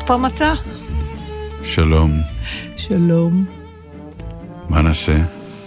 פעם אתה? שלום. שלום. מה נעשה?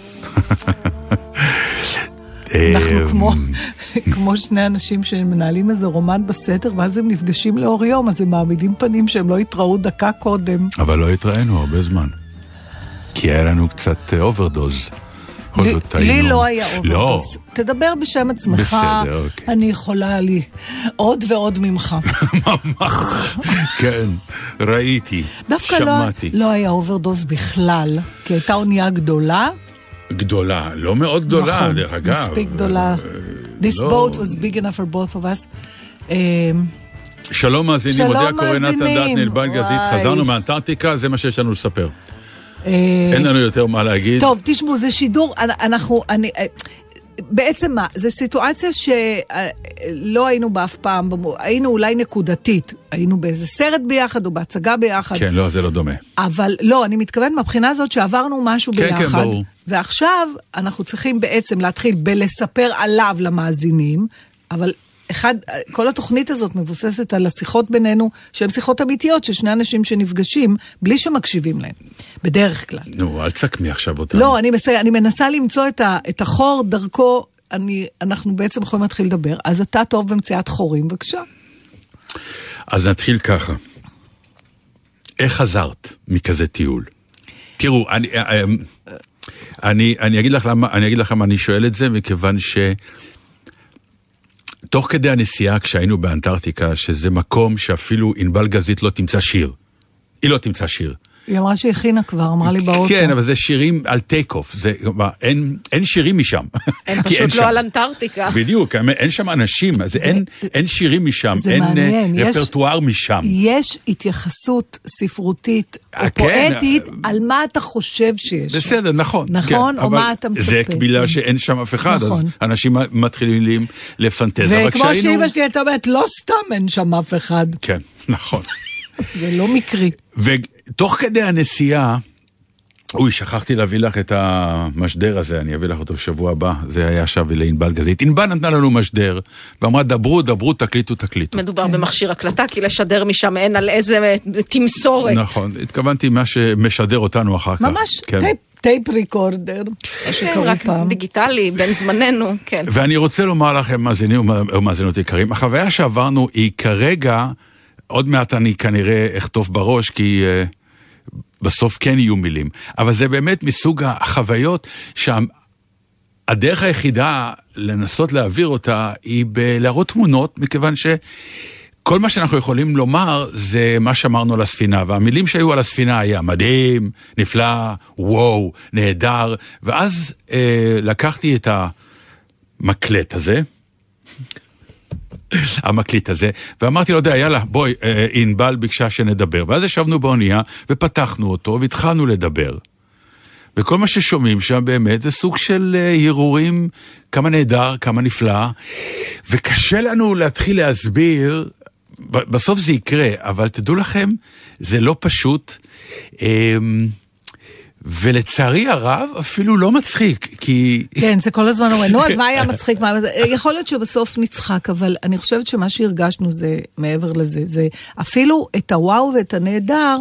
אנחנו כמו שני אנשים שמנהלים איזה רומן בסתר, ואז הם נפגשים לאור יום, אז הם מעמידים פנים שהם לא התראו דקה קודם. אבל לא התראינו הרבה זמן. כי היה לנו קצת אוברדוז. לי לא היה אוברדוז. תדבר בשם עצמך. בסדר, אוקיי. אני יכולה לי עוד ועוד ממך. ממש. כן, ראיתי, דווקא שמעתי. לא היה אוברדוז בכלל, כי הייתה אונייה גדולה. גדולה, לא מאוד גדולה, נכון, דרך אגב. מספיק גדולה. This boat was big enough for both of us. שלום מאזינים, מודיע קורא נתן דעת נלבן גזית, חזרנו מאנטארקטיקה, זה מה שיש לנו לספר. אין לנו יותר מה להגיד. טוב, תשמעו, זה שידור, בעצם מה? זו סיטואציה שלא היינו באף פעם, היינו אולי נקודתית, היינו באיזה סרט ביחד או בהצגה ביחד. כן, לא, זה לא דומה. אבל לא, אני מתכוון מהבחינה הזאת שעברנו משהו ביחד. כן, ברור. ועכשיו אנחנו צריכים בעצם להתחיל בלספר עליו למאזינים, אבל כל התוכנית הזאת מבוססת על השיחות בינינו, שהן שיחות אמיתיות, של שני אנשים שנפגשים, בלי שמקשיבים להם, בדרך כלל. נו, אל תסכמי עכשיו אותם. לא, אני מנסה למצוא את החור דרכו, אנחנו בעצם יכולים להתחיל לדבר, אז אתה טוב במציאת חורים, בבקשה. אז נתחיל ככה. איך חזרת מכזה טיול? תראו, אני אגיד לך למה אני שואל את זה, מכיוון תוך כדי הנסיעה כשהיינו באנטארקטיקה, שזה מקום שאפילו ענבל גזית לא תמצא שיר. היא לא תמצא שיר. היא אמרה שהיא הכינה כבר, אמרה לי באוטו. כן, אבל זה שירים על טייק אוף, אין שירים משם. הם פשוט לא על אנטארקטיקה. בדיוק, אין שם אנשים, אז אין שירים משם, אין רפרטואר משם. יש התייחסות ספרותית או פואטית על מה אתה חושב שיש. בסדר, נכון. נכון, או מה אתה מצפה. זה בגלל שאין שם אף אחד, אז אנשים מתחילים לפנטז. וכמו שאמא שלי, אתה אומרת, לא סתם אין שם אף אחד. כן, נכון. זה לא מקרי. ותוך כדי הנסיעה, שכחתי להביא לך את המשדר הזה, אני אביא לך אותו בשבוע הבא, זה היה שווה לענבל גזית. ענבל נתנה לנו משדר, ואמרה, דברו, תקליטו. מדובר במכשיר הקלטה, כי לשדר משם אין על איזה תמסורת. נכון, התכוונתי מה שמשדר אותנו אחר כך. ממש, טייפ ריקורדר, רק דיגיטלי, בין זמננו, כן. ואני רוצה לומר לכם, מאזינים ומאזינות יקרים, החוויה שעברנו היא כרגע, עוד מעט אני כנראה אכתוב בראש, כי בסוף כן יהיו מילים. אבל זה באמת מסוג החוויות שהדרך היחידה לנסות להעביר אותה היא בלהראות תמונות, מכיוון שכל מה שאנחנו יכולים לומר זה מה שאמרנו על הספינה, והמילים שהיו על הספינה היה מדהים, נפלא, וואו, נהדר, ואז לקחתי את המקלט הזה, המקליט הזה, ואמרתי לו, יאללה, בואי, ענבל ביקשה שנדבר. ואז ישבנו באונייה, ופתחנו אותו, והתחלנו לדבר. וכל מה ששומעים שם באמת, זה סוג של הרהורים, כמה נהדר, כמה נפלא, וקשה לנו להתחיל להסביר, בסוף זה יקרה, אבל תדעו לכם, זה לא פשוט, ולצערי הרב אפילו לא מצחיק, כי... כן, זה כל הזמן אומר, נו, אז מה היה מצחיק? יכול להיות שבסוף נצחק, אבל אני חושבת שמה שהרגשנו זה, מעבר לזה, זה אפילו את הוואו ואת הנהדר,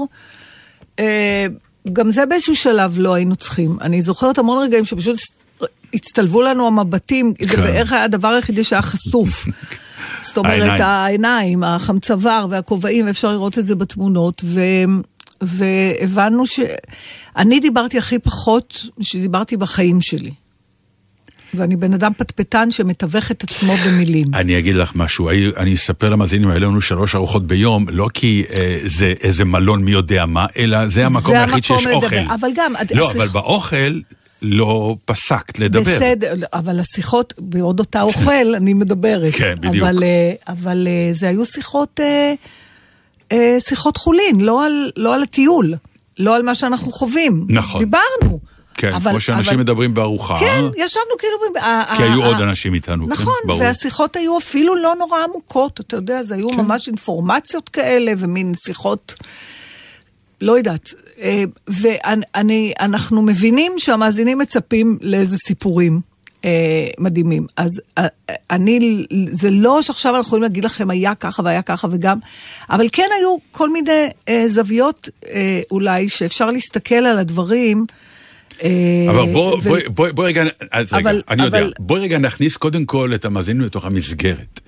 גם זה באיזשהו שלב לא היינו צריכים. אני זוכרת המון רגעים שפשוט הצטלבו לנו המבטים, זה בערך היה הדבר היחידי שהיה חשוף. זאת אומרת, העיניים, החמצבר והכובעים, ואפשר לראות את זה בתמונות, והבנו שאני דיברתי הכי פחות שדיברתי בחיים שלי. ואני בן אדם פטפטן שמתווך את עצמו במילים. אני אגיד לך משהו, אני אספר למאזינים, היה לנו 3 ארוחות ביום, לא כי זה איזה מלון מי יודע מה, אלא זה המקום היחיד שיש אוכל. אבל גם... לא, אבל באוכל לא פסקת לדבר. בסדר, אבל השיחות, בעוד אותה אוכל, אני מדברת. כן, בדיוק. אבל זה היו שיחות חולין, לא על הטיול, לא על מה שאנחנו חווים. נכון. דיברנו. כן, כמו שאנשים מדברים בארוחה. כן, ישבנו כאילו... כי היו עוד אנשים איתנו. נכון, והשיחות היו אפילו לא נורא עמוקות, אתה יודע, זה היו ממש אינפורמציות כאלה, ומין שיחות, לא יודעת. ואנחנו מבינים שהמאזינים מצפים לאיזה סיפורים. מדהימים. אז זה לא שעכשיו אנחנו יכולים להגיד לכם היה ככה והיה ככה וגם, אבל כן היו כל מיני זוויות אולי שאפשר להסתכל על הדברים. אבל בואי רגע, אני יודע, בואי רגע נכניס קודם כל את המאזינים לתוך המסגרת.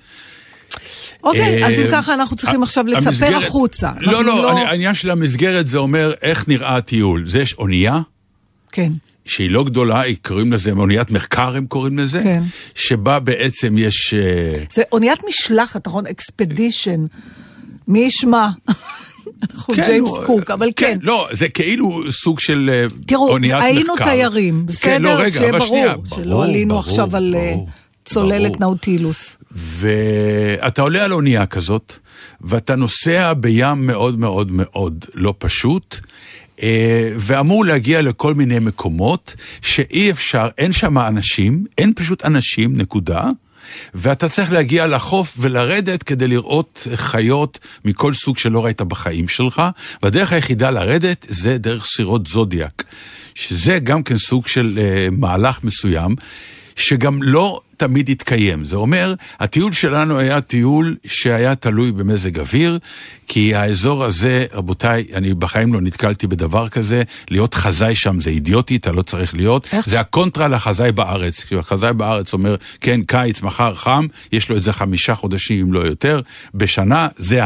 אוקיי, אז אם ככה אנחנו צריכים עכשיו לספר החוצה. לא, העניין של המסגרת זה אומר איך נראה הטיול. זה יש אונייה? כן. שהיא לא גדולה, היא קוראים לזה, אוניית מחקר הם קוראים לזה, כן. שבה בעצם יש... זה אוניית משלחת, נכון? אקספדישן. מי ישמע? אנחנו ג'יימס קוק, אבל כן. לא, זה כאילו סוג של אוניית מחקר. תראו, היינו תיירים, בסדר? שיהיה ברור, שלא עלינו עכשיו על צוללת נאוטילוס. ואתה עולה על אונייה כזאת, ואתה נוסע בים מאוד מאוד מאוד לא פשוט, ואמור להגיע לכל מיני מקומות שאי אפשר, אין שם אנשים, אין פשוט אנשים, נקודה, ואתה צריך להגיע לחוף ולרדת כדי לראות חיות מכל סוג שלא ראית בחיים שלך, והדרך היחידה לרדת זה דרך סירות זודיאק, שזה גם כן סוג של מהלך מסוים, שגם לא תמיד התקיים. זה אומר, הטיול שלנו היה טיול שהיה תלוי במזג אוויר, כי האזור הזה, רבותיי, אני בחיים לא נתקלתי בדבר כזה, להיות חזאי שם זה אידיוטי, אתה לא צריך להיות, זה הקונטרה לחזאי בארץ. כשהחזאי בארץ אומר, כן, קיץ, מחר חם, יש לו את זה 5 חודשים, אם לא יותר, בשנה, זה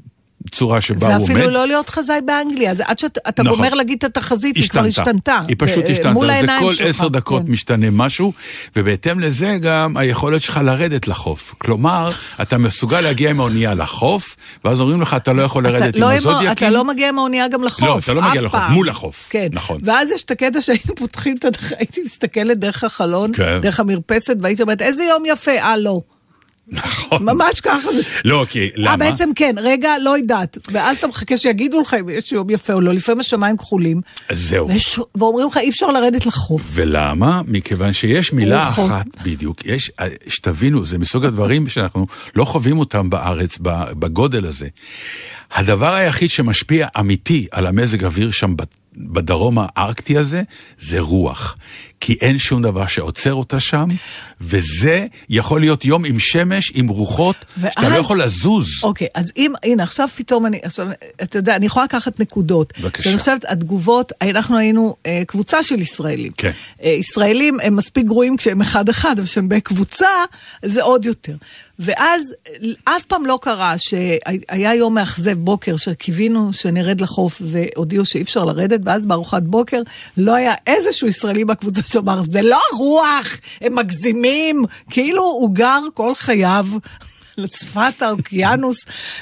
צורה שבה הוא עומד. זה אפילו לא להיות חזאי באנגליה, זה עד שאתה גומר להגיד את התחזית, היא כבר השתנתה. היא פשוט השתנתה, זה כל 10 דקות משתנה משהו, ובהתאם לזה גם היכולת שלך לרדת לחוף. כלומר, אתה מסוגל להגיע עם האונייה לחוף, ואז אומרים לך, אתה לא יכול לרדת עם הזודיאקים. אתה לא מגיע עם האונייה גם לחוף, לא, אתה לא מגיע לחוף, מול החוף. נכון. ואז יש את הקטע שהיינו פותחים את הדרך, הייתי מסתכלת דרך החלון, דרך המרפסת, והייתי אומרת, איזה יום יפה, לא. נכון. ממש ככה. לא, כי, למה? בעצם כן, רגע, לא יודעת. ואז אתה מחכה שיגידו לך אם יש יום יפה או לא, לפעמים השמיים כחולים. אז זהו. ואומרים לך, אי אפשר לרדת לחוף. ולמה? מכיוון שיש מילה אחת, בדיוק, שתבינו, זה מסוג הדברים שאנחנו לא חווים אותם בארץ, בגודל הזה. הדבר היחיד שמשפיע אמיתי על המזג אוויר שם בדרום הארקטי הזה, זה רוח. כי אין שום דבר שעוצר אותה שם, וזה יכול להיות יום עם שמש, עם רוחות, שאתה לא יכול לזוז. אוקיי, אז הנה, עכשיו פתאום אתה יודע, אני יכולה לקחת נקודות. בבקשה. שאני חושבת, התגובות, אנחנו היינו קבוצה של ישראלים. כן. ישראלים הם מספיק גרועים כשהם אחד-אחד, אבל כשהם בקבוצה, זה עוד יותר. ואז, אף פעם לא קרה שהיה יום מאכזב בוקר, שקיווינו שנרד לחוף, והודיעו שאי אפשר לרדת, ואז בארוחת בוקר, לא היה איזשהו ישראלי בקבוצה שאומר, זה לא רוח, הם מגזימים, כאילו הוא גר כל חייו, לשפת האוקיינוס,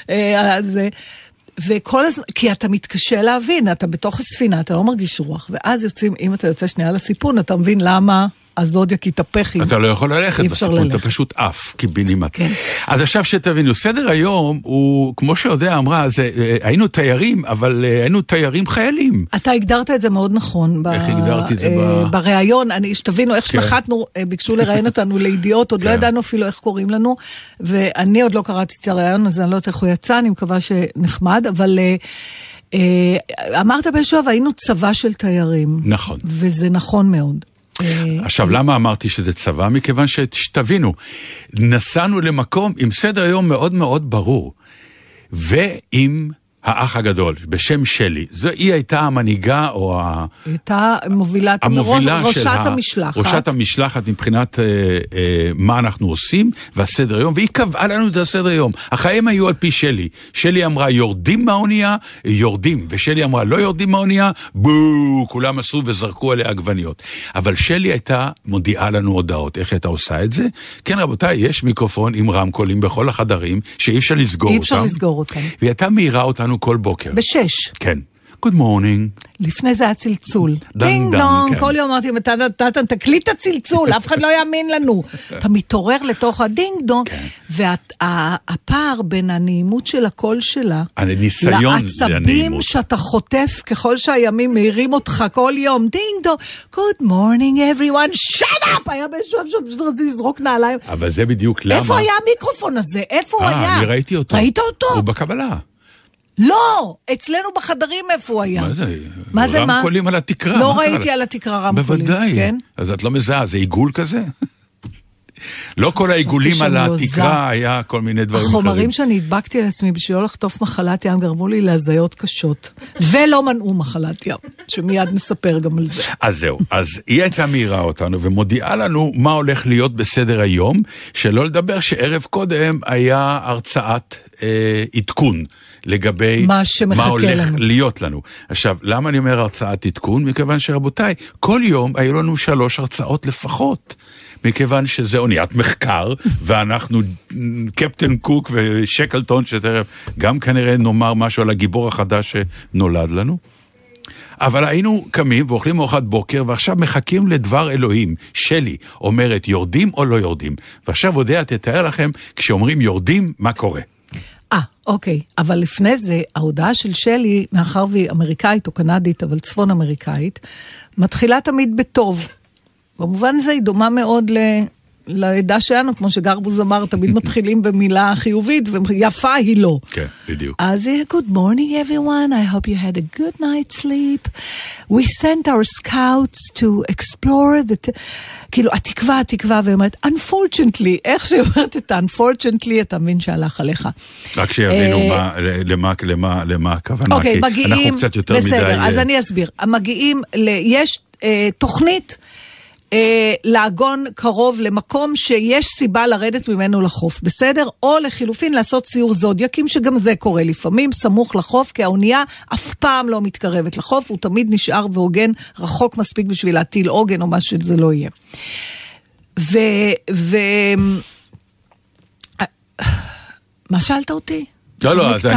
וכל הזמן, כי אתה מתקשה להבין, אתה בתוך הספינה, אתה לא מרגיש רוח, ואז יוצאים, אם אתה יוצא שנייה לסיפון, אתה מבין למה הזודיאק יתהפך. אתה לא יכול ללכת בסיפון, אתה פשוט אף, קיבינימט. כן. אז עכשיו שתבינו, סדר היום הוא, כמו שיודע אמרה, היינו תיירים, אבל היינו תיירים חיילים. אתה הגדרת את זה מאוד נכון. איך הגדרתי את זה בראיון, שתבינו איך שנחתנו, ביקשו לראיין אותנו לידיעות, עוד לא ידענו אפילו איך קוראים לנו, ואני עוד לא קראתי את הראיון, אז אני לא יודעת איך הוא יצא, אני מקווה שנחמד, אבל אמרת בשוב, היינו צבא של תיירים. נכון. וזה נכון מאוד. עכשיו, למה אמרתי שזה צבא? מכיוון שתבינו, נסענו למקום עם סדר יום מאוד מאוד ברור, ועם האח הגדול, בשם שלי. היא הייתה המנהיגה או היא הייתה מובילת, ראשת המשלחת. ראשת המשלחת מבחינת מה אנחנו עושים, והסדר יום, והיא קבעה לנו את הסדר יום. החיים היו על פי שלי. שלי אמרה, יורדים מהאונייה, יורדים. ושלי אמרה, לא יורדים מהאונייה, בואו, כולם עשו וזרקו עליה עגבניות. אבל שלי הייתה מודיעה לנו הודעות. איך הייתה עושה את זה? כן, רבותיי, יש מיקרופון עם רמקולים בכל החדרים, שאי אפשר לסגור אותם. אי אפשר לסגור אותם. והיא הייתה מהירה אותנו כל בוקר. 6. כן. Good morning. לפני זה היה צלצול. דינג דונג, כל יום אמרתי, נתן, תקליט הצלצול, אף אחד לא יאמין לנו. אתה מתעורר לתוך הדינג דונג, והפער בין הנעימות של הקול שלה, לעצבים שאתה חוטף, ככל שהימים מהירים אותך כל יום, דינג דונג, good morning everyone, shut up, היה בשוב, רציתי לזרוק נעליים. אבל זה בדיוק למה. איפה היה המיקרופון הזה? איפה הוא היה? אני ראיתי אותו. ראית אותו? הוא בקבלה. לא, אצלנו בחדרים איפה הוא היה? מה זה? רמקולים על התקרה. לא ראיתי על התקרה רמקולים. בוודאי. כן? אז את לא מזהה, זה עיגול כזה? לא כל העיגולים על התקרה היה כל מיני דברים אחרים. החומרים שאני הדבקתי על עצמי בשביל לא לחטוף מחלת ים גרמו לי להזיות קשות, ולא מנעו מחלת ים, שמיד נספר גם על זה. אז זהו, אז היא הייתה מהירה אותנו ומודיעה לנו מה הולך להיות בסדר היום, שלא לדבר שערב קודם היה הרצאת עדכון לגבי מה הולך להיות לנו. עכשיו, למה אני אומר הרצאת עדכון? מכיוון שרבותיי, כל יום היו לנו 3 הרצאות לפחות. מכיוון שזה אוניית מחקר, ואנחנו קפטן קוק ושקלטון, שתכף גם כנראה נאמר משהו על הגיבור החדש שנולד לנו. אבל היינו קמים ואוכלים ארוחת בוקר, ועכשיו מחכים לדבר אלוהים. שלי אומרת, יורדים או לא יורדים? ועכשיו יודע, תתאר לכם, כשאומרים יורדים, מה קורה? אוקיי, אבל לפני זה, ההודעה של שלי, מאחר והיא אמריקאית או קנדית, אבל צפון אמריקאית, מתחילה תמיד בטוב. במובן הזה היא דומה מאוד לעדה שלנו, כמו שגרבוז אמר, תמיד מתחילים במילה חיובית, ויפה היא לא. כן, בדיוק. אז good morning everyone, I hope you had a good night's sleep. We sent our scouts to explore the... כאילו, התקווה, והיא אומרת, unfortunately, איך שהיא אומרת את unfortunately, אתה מבין שהלך עליך. רק שיבינו למה הכוונה, אוקיי, כי אנחנו קצת יותר מדי... בסדר, אז אני אסביר. מגיעים, יש תוכנית, לעגון קרוב למקום שיש סיבה לרדת ממנו לחוף, בסדר? או לחילופין לעשות סיור זודיאקים, שגם זה קורה לפעמים, סמוך לחוף, כי האונייה אף פעם לא מתקרבת לחוף, הוא תמיד נשאר והוגן רחוק מספיק בשביל להטיל עוגן או מה שזה לא יהיה. מה שאלת אותי? לא, אז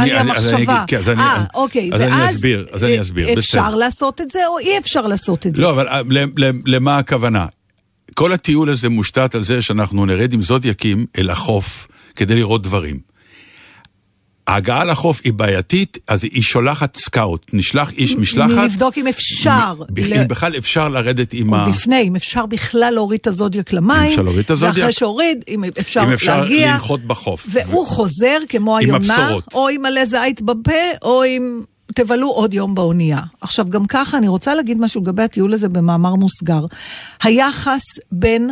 אני אסביר. אפשר לעשות את זה או אי אפשר לעשות את זה? לא, אבל למה הכוונה? כל הטיול הזה מושתת על זה שאנחנו נרד עם זודיאקים אל החוף כדי לראות דברים. ההגעה לחוף היא בעייתית, אז היא שולחת סקאוט, נשלח איש משלחת. לבדוק אם אפשר. אם בכלל אפשר לרדת עם עוד לפני, אם אפשר בכלל להוריד את הזודיאק למים, ואחרי שהוריד, אם אפשר להגיע. לנחות בחוף. והוא חוזר כמו היונה, או עם מלא זית בפה, או עם... תבלו עוד יום באונייה. עכשיו, גם ככה אני רוצה להגיד משהו לגבי הטיול הזה במאמר מוסגר. היחס בין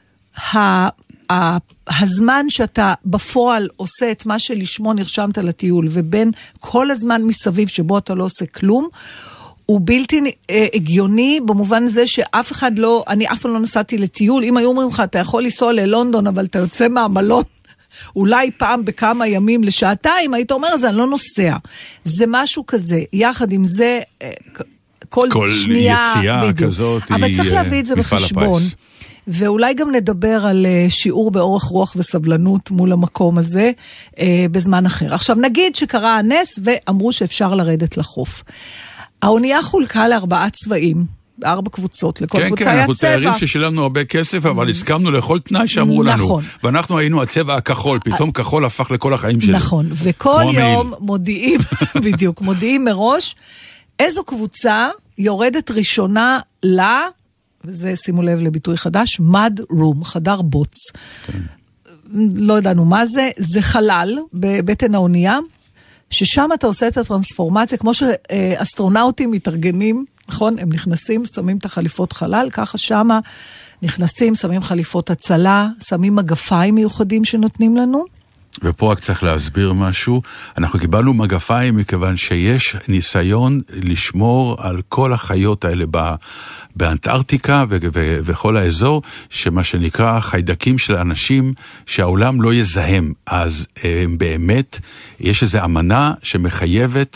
הזמן שאתה בפועל עושה את מה שלשמו נרשמת לטיול, ובין כל הזמן מסביב שבו אתה לא עושה כלום, הוא בלתי הגיוני, במובן זה שאף אחד לא, אני אף פעם לא נסעתי לטיול, אם היו אומרים לך, אתה יכול לנסוע ללונדון, אבל אתה יוצא מהמלון, אולי פעם בכמה ימים לשעתיים, היית אומר, אז אני לא נוסע. זה משהו כזה, יחד עם זה, כל שנייה, יציאה כזאת, אבל צריך להביא את זה בחשבון. ואולי גם נדבר על שיעור באורך רוח וסבלנות מול המקום הזה בזמן אחר. עכשיו נגיד שקרה הנס ואמרו שאפשר לרדת לחוף. האונייה חולקה ל4 צבעים, 4 קבוצות, לכל קבוצה היה צבע. כן, אנחנו תיירים ששילמנו הרבה כסף, אבל הסכמנו לכל תנאי שאמרו לנו. ואנחנו היינו הצבע הכחול, פתאום כחול הפך לכל החיים שלנו. נכון, וכל יום מודיעים, בדיוק, מודיעים מראש, איזו קבוצה יורדת ראשונה וזה, שימו לב לביטוי חדש, mud room, חדר בוץ. לא ידענו מה זה, זה חלל בבטן האונייה, ששם אתה עושה את הטרנספורמציה, כמו שאסטרונאוטים מתארגנים, נכון? הם נכנסים, שמים את החליפות חלל, ככה שמה נכנסים, שמים חליפות הצלה, שמים מגפיים מיוחדים שנותנים לנו. ופה רק צריך להסביר משהו, אנחנו קיבלנו מגפיים מכיוון שיש ניסיון לשמור על כל החיות האלה באנטארקטיקה וכל האזור, שמה שנקרא חיידקים של אנשים שהעולם לא יזהם, אז באמת יש איזו אמנה שמחייבת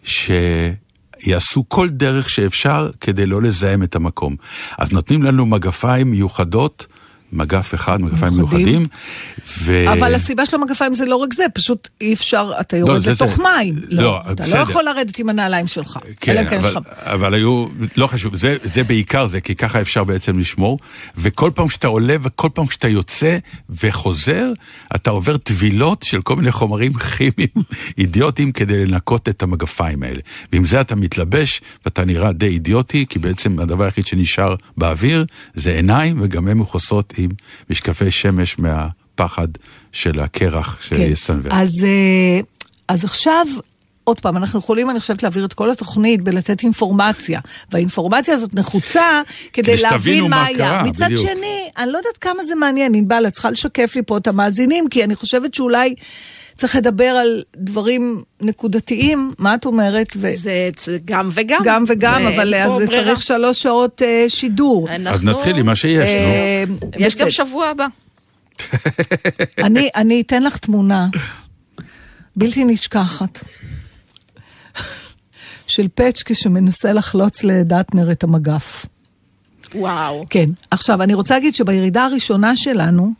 יעשו כל דרך שאפשר כדי לא לזהם את המקום. אז נותנים לנו מגפיים מיוחדות, מגף אחד, מגפיים מיוחדים. אבל הסיבה של המגפיים זה לא רק זה, פשוט אי אפשר, אתה יורד לתוך מים. אתה לא יכול לרדת עם הנעליים שלך. כן, אבל היו, לא חשוב, זה בעיקר זה, כי ככה אפשר בעצם לשמור, וכל פעם שאתה עולה וכל פעם שאתה יוצא וחוזר, אתה עובר טבילות של כל מיני חומרים כימיים אידיוטיים כדי לנקות את המגפיים האלה. ועם זה אתה מתלבש ואתה נראה די אידיוטי, כי בעצם הדבר היחיד שנשאר באוויר זה עיניים, וגם הן מחוסות עם משקפי שמש מהפחד של הקרח שיסנבר. אז עכשיו עוד פעם, אנחנו יכולים, אני חושבת, להעביר את כל התוכנית בלתת אינפורמציה, והאינפורמציה הזאת נחוצה כדי להבין מה היה. מצד שני, אני לא יודעת כמה זה מעניין, ענבל, את צריכה לשקף לי פה את המאזינים, כי אני חושבת שאולי צריך לדבר על דברים נקודתיים, מה את אומרת? זה גם וגם. גם וגם, אבל אז צריך 3 שעות שידור. אז נתחיל עם מה שיש. יש גם שבוע הבא. אני אתן לך תמונה בלתי נשכחת של פצ'קה שמנסה לחלוץ לדטנר את המגף. וואו. כן. עכשיו, אני רוצה להגיד שבירידה הראשונה שלנו,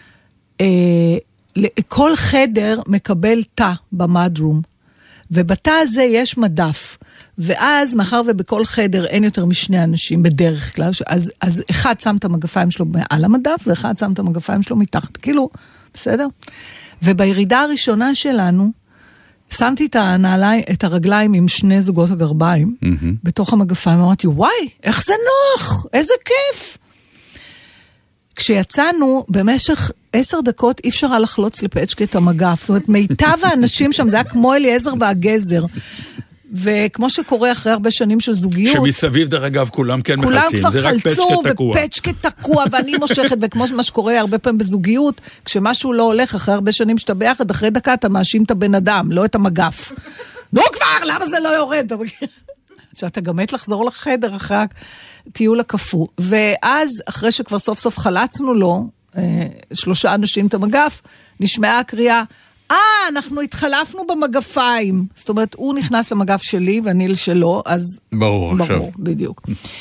כל חדר מקבל תא במדרום, ובתא הזה יש מדף, ואז מאחר ובכל חדר אין יותר משני אנשים בדרך כלל, אז אחד שם את המגפיים שלו מעל המדף, ואחד שם את המגפיים שלו מתחת, כאילו, בסדר? ובירידה הראשונה שלנו, שמתי את הרגליים עם 2 זוגות הגרביים, בתוך המגפיים, אמרתי, וואי, איך זה נוח, איזה כיף. כשיצאנו, במשך 10 דקות אי אפשר לחלוץ לפצ'קה את המגף, זאת אומרת, מיטב האנשים שם, זה היה כמו אליעזר והגזר, וכמו שקורה אחרי הרבה שנים של זוגיות, שמסביב דרך אגב כולם כן מחלצים, כולם כבר חלצו ופצ'קה תקוע, ואני מושכת, וכמו מה שקורה הרבה פעמים בזוגיות, כשמשהו לא הולך אחרי הרבה שנים שאתה ביחד, אחרי דקה אתה מאשים את הבן אדם, לא את המגף. נו כבר, למה זה לא יורד? שאתה גם מת לחזור לחדר אחרי הטיול הקפוא. ואז, אחרי שכבר סוף סוף חלצנו לו, 3 אנשים את המגף, נשמעה הקריאה, אנחנו התחלפנו במגפיים. זאת אומרת, הוא נכנס למגף שלי ואני לשלו, אז... ברור, עכשיו. ברור, בדיוק.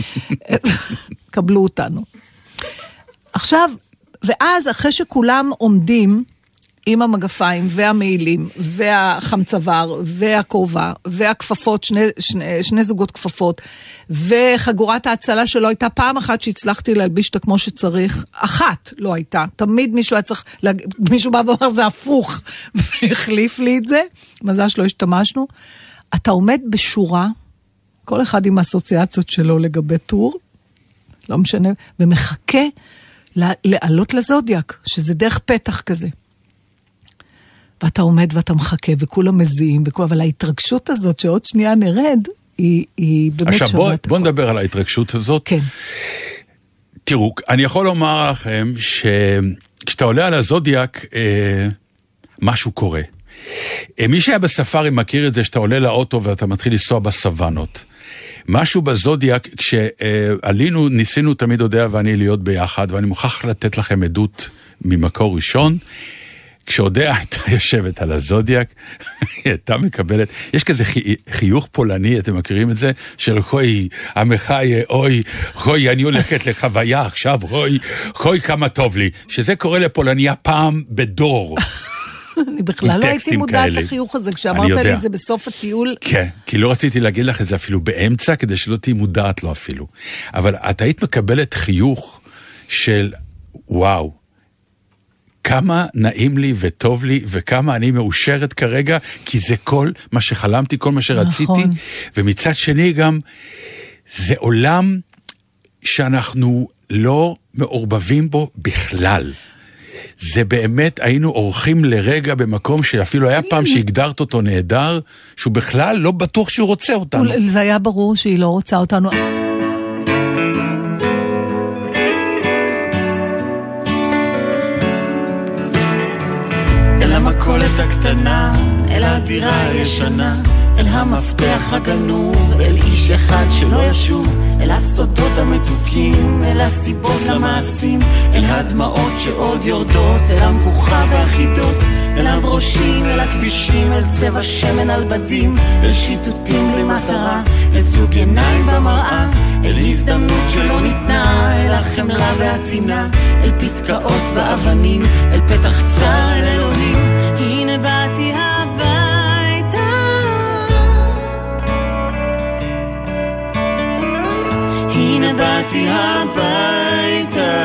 קבלו אותנו. עכשיו, ואז אחרי שכולם עומדים עם המגפיים והמעילים והחמצבר והכובע והכפפות, שני זוגות כפפות, וחגורת ההצלה שלא הייתה פעם אחת שהצלחתי להלביש אותה כמו שצריך, אחת לא הייתה. תמיד מישהו היה צריך, מישהו בא ואמר זה הפוך, והחליף לי את זה, מזל שלא השתמשנו. אתה עומד בשורה, כל אחד עם האסוציאציות שלו לגבי טור, לא משנה, ומחכה לעלות לזודיאק, שזה דרך פתח כזה. ואתה עומד ואתה מחכה, וכולם מזיעים, אבל ההתרגשות הזאת שעוד שנייה נרד, היא באמת שווה. עכשיו בוא נדבר על ההתרגשות הזאת. כן. תראו, אני יכול לומר לכם שכשאתה עולה על הזודיאק, משהו קורה. מי שהיה בספארי מכיר את זה, שאתה עולה לאוטו ואתה מתחיל לנסוע בסוונות. משהו בזודיאק, כשעלינו, ניסינו תמיד יודע ואני להיות ביחד, ואני מוכרח לתת לכם עדות ממקור ראשון, כשהודעה הייתה יושבת על הזודיאק, היא הייתה מקבלת, יש כזה חיוך פולני, אתם מכירים את זה, של חוי, המחי, חוי, אני הולכת לחוויה עכשיו, חוי כמה טוב לי, שזה קורה לפולניה פעם בדור. אני בכלל לא הייתי מודעת לחיוך הזה, כשאמרת לי את זה בסוף הטיול. כן, כי לא רציתי להגיד לך את זה אפילו באמצע, כדי שלא תהי מודעת לו אפילו. אבל את היית מקבלת חיוך של וואו, כמה נעים לי וטוב לי, וכמה אני מאושרת כרגע, כי זה כל מה שחלמתי, כל מה שרציתי, נכון. ומצד שני גם, זה עולם שאנחנו לא מעורבבים בו בכלל. זה באמת, היינו אורחים לרגע במקום שאפילו היה פעם שהגדרת אותו נהדר, שהוא בכלל לא בטוח שהוא רוצה אותנו. זה היה ברור שהיא לא רוצה אותנו. אל המכולת הקטנה, אל הדירה הישנה, אל המפתח הגנוב, אל איש אחד שלא ישוב, אל הסודות המתוקים, אל הסיבות למעשים, אל הדמעות שעוד יורדות, אל המבוכה והחידות, אל הברושים, אל הכבישים, אל צבע שמן על בדים, אל שיטוטים למטרה, אל זוג עיניים במראה, אל הזדמנות שלא ניתנה, אל החמלה והתינה, אל פתקאות באבנים, אל פתח צר, אל אלוהים. הנה באתי הביתה, הנה באתי הביתה,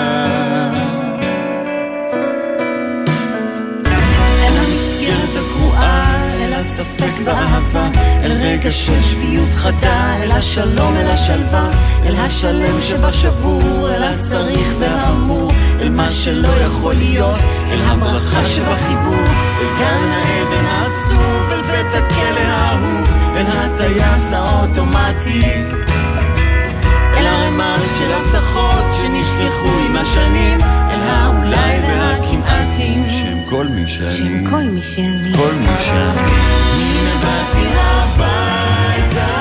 אל המסגרת הקרועה, אל הספק באהבה, אל רגע של שפיות חדה, אל השלום, אל השלווה, אל השלם שבשבור, אל הצריך והאמור, אל מה שלא יכול להיות, אל הברכה שבחיבור, אל גן העדן העצוב, אל בית הכלא האהוב, אל הטייס האוטומטי, אל הרמה של הבטחות שנשכחו עם השנים, אל האולי והכמעטים, שם כל מי שאני, שם כל מי שאני, כל מי שאני. הנה באתי הביתה,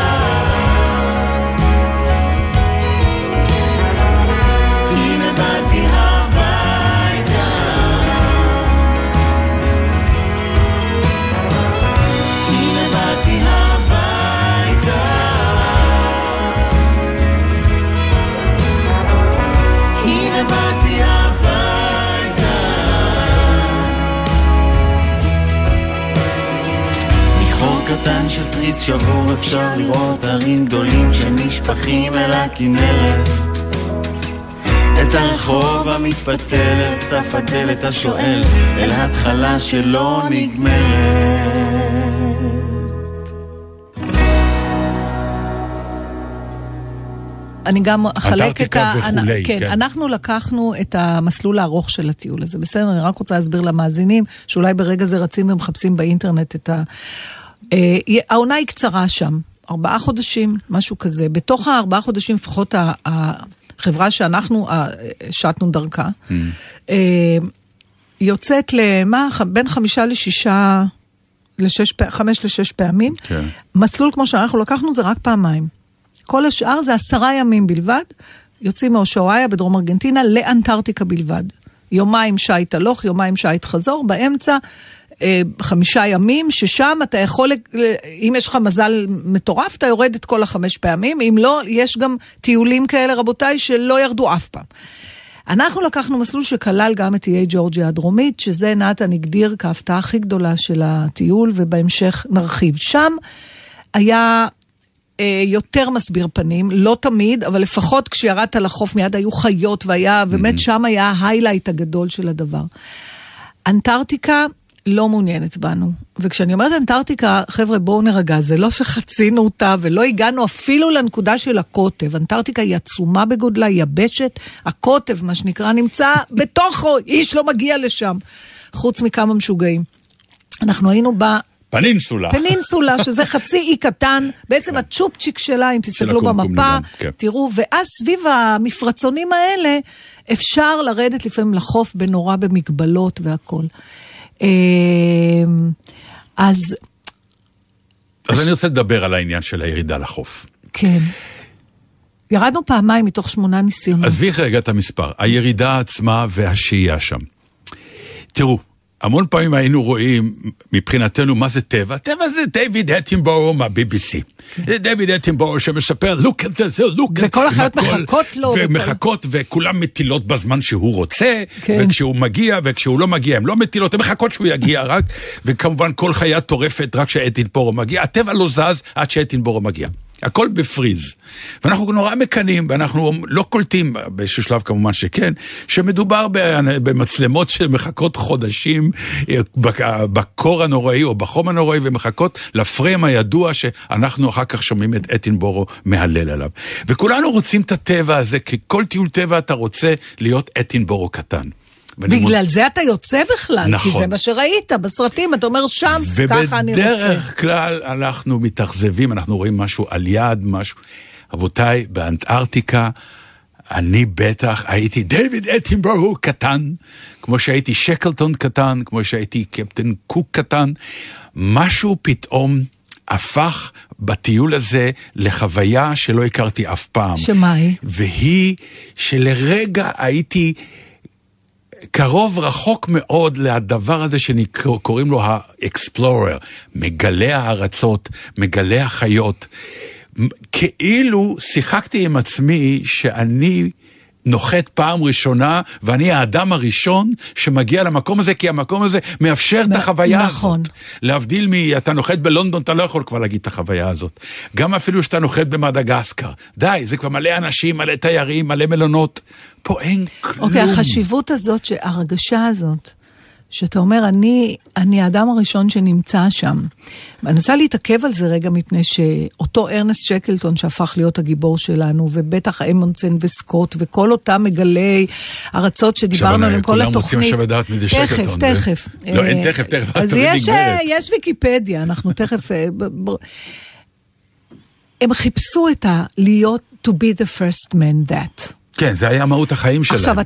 הנה באתי הביתה, הנה באתי הביתה, הנה באתי הביתה. מחור קטן של תריס שבור אפשר לראות הרים גדולים שנשפכים אל הכנרת, את הרחוב המתפתל אל סף הדלת השואל, אל התחלה שלא נגמרת. אני גם אחלק את אנטארקטיקה וכולי, כן, כן. אנחנו לקחנו את המסלול הארוך של הטיול הזה, בסדר? אני רק רוצה להסביר למאזינים, שאולי ברגע זה רצים ומחפשים באינטרנט את העונה היא קצרה שם, 4 חודשים, משהו כזה. בתוך 4 חודשים, לפחות החברה שאנחנו שטנו דרכה, יוצאת בין 5 ל-6 פעמים. כן. מסלול כמו שאנחנו לקחנו זה רק פעמיים. כל השאר זה 10 ימים בלבד, יוצאים מאושוויה בדרום ארגנטינה לאנטארקטיקה בלבד. יומיים שייט הלוך, יומיים שייט חזור, באמצע 5 ימים, ששם אתה יכול, אם יש לך מזל מטורף, אתה יורד את כל 5 פעמים, אם לא, יש גם טיולים כאלה רבותיי שלא ירדו אף פעם. אנחנו לקחנו מסלול שכלל גם את איי ג'ורג'יה הדרומית, שזה נתן הגדיר כהפתעה הכי גדולה של הטיול, ובהמשך נרחיב. שם היה יותר מסביר פנים, לא תמיד, אבל לפחות כשירדת לחוף מיד היו חיות, והיה, באמת שם היה ההיילייט הגדול של הדבר. אנטארקטיקה לא מעוניינת בנו, וכשאני אומרת אנטארקטיקה, חבר'ה בואו נרגע, זה לא שחצינו אותה, ולא הגענו אפילו לנקודה של הקוטב. אנטארקטיקה היא עצומה בגודלה, יבשת, הקוטב, מה שנקרא, נמצא בתוכו, איש לא מגיע לשם, חוץ מכמה משוגעים. אנחנו היינו פנינסולה, שזה חצי אי קטן, בעצם הצ'ופצ'יק שלה, אם תסתכלו במפה, תראו, ואז סביב המפרצונים האלה, אפשר לרדת לפעמים לחוף בנורא במגבלות והכל. אז אני רוצה לדבר על העניין של הירידה לחוף. כן. ירדנו פעמיים מתוך 8 ניסיונות. עזבי רגע את המספר, הירידה עצמה והשהייה שם. תראו, המון פעמים היינו רואים מבחינתנו מה זה טבע. טבע זה דיוויד אטנבורו מה-BBC. זה דיוויד אטנבורו שמספר, look at this, look at... וכל החיות מחכות לו. ומחכות, וכולם מטילות בזמן שהוא רוצה, וכשהוא מגיע, וכשהוא לא מגיע, הם לא מטילות, הם מחכות שהוא יגיע רק, וכמובן כל חיה טורפת רק כשאטנבורו מגיע. הטבע לא זז עד שאטנבורו מגיע. הכל בפריז. ואנחנו נורא מקנים, ואנחנו לא קולטים, באיזשהו שלב כמובן שכן, שמדובר במצלמות שמחכות חודשים בקור הנוראי או בחום הנוראי, ומחכות לפריים הידוע שאנחנו אחר כך שומעים את אטנבורו מהלל עליו. וכולנו רוצים את הטבע הזה, כי כל טיול טבע אתה רוצה להיות אטנבורו קטן. בגלל זה אתה יוצא בכלל, נכון. כי זה מה שראית בסרטים, אתה אומר שם, ככה אני רוצה. ובדרך כלל אנחנו מתאכזבים, אנחנו רואים משהו על יד, משהו. רבותיי, באנטארקטיקה, אני בטח הייתי דיוויד אטנבורו קטן, כמו שהייתי שקלטון קטן, כמו שהייתי קפטן קוק קטן, משהו פתאום הפך בטיול הזה לחוויה שלא הכרתי אף פעם. שמה היא? והיא שלרגע הייתי... קרוב רחוק מאוד לדבר הזה שקוראים לו האקספלורר, מגלה הארצות, מגלה החיות. כאילו שיחקתי עם עצמי שאני נוחת פעם ראשונה, ואני האדם הראשון שמגיע למקום הזה, כי המקום הזה מאפשר את החוויה הזאת. להבדיל אתה נוחת בלונדון, אתה לא יכול כבר להגיד את החוויה הזאת. גם אפילו שאתה נוחת במדגסקר. די, זה כבר מלא אנשים, מלא תיירים, מלא מלונות. פה אין כלום. אוקיי, החשיבות הזאת, שהרגשה הזאת, שאתה אומר, אני האדם הראשון שנמצא שם. אני רוצה להתעכב על זה רגע, מפני שאותו ארנסט שקלטון שהפך להיות הגיבור שלנו, ובטח אמונסן וסקוט, וכל אותם מגלי ארצות שדיברנו עליהם, כל התוכנית. כולם רוצים עכשיו לדעת מי זה שקלטון. תכף. לא, אין תכף. אז יש ויקיפדיה, אנחנו תכף... הם חיפשו את להיות to be the first man that. כן, זה היה מהות החיים שלהם. עכשיו,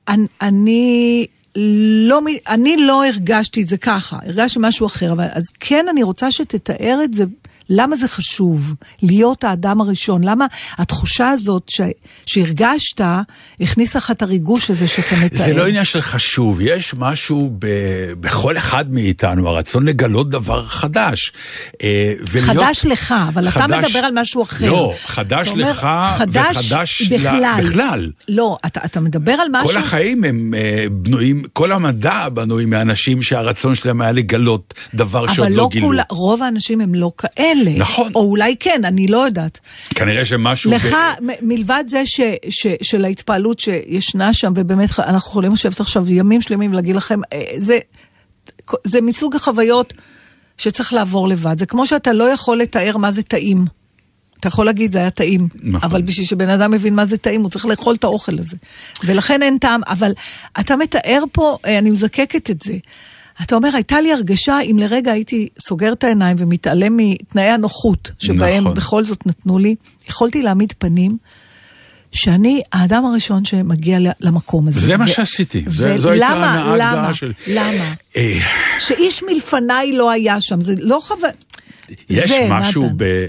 אני לא הרגשתי את זה ככה, הרגשתי משהו אחר, אבל אז כן אני רוצה שתתאר את זה, למה זה חשוב להיות האדם הראשון, למה התחושה הזאת שהרגשת, הכניס לך את הריגוש הזה שאתה מתאר. זה לא עניין של חשוב, יש משהו בכל אחד מאיתנו, הרצון לגלות דבר חדש. חדש לך, אבל אתה מדבר על משהו אחר. לא, חדש לך וחדש בכלל. לא, אתה מדבר על משהו... כל החיים הם בנויים, כל המדע בנוי מאנשים שהרצון שלהם היה לגלות דבר שעוד לא גילו. אבל רוב האנשים הם לא כאלה. נכון. או אולי כן, אני לא יודעת. כנראה שמשהו... לך, מלבד זה של ההתפעלות שישנה שם, ובאמת אנחנו יכולים לשבת עכשיו ימים שלמים ולהגיד לכם, זה מסוג החוויות שצריך לעבור לבד. זה כמו שאתה לא יכול לתאר מה זה טעים. אתה יכול להגיד, זה היה טעים. נכון. אבל בשביל שבן אדם מבין מה זה טעים, הוא צריך לאכול את האוכל הזה. ולכן אין טעם. אבל אתה מתאר פה, אני מזקקת את זה. אתה אומר, הייתה לי הרגשה, אם לרגע הייתי סוגר את העיניים ומתעלם מתנאי הנוחות שבהם נכון. בכל זאת נתנו לי, יכולתי להעמיד פנים שאני האדם הראשון שמגיע למקום הזה. זה מה שעשיתי. זו הייתה הנאה גדולה של... למה? שאיש מלפניי לא היה שם. זה לא חווה... יש משהו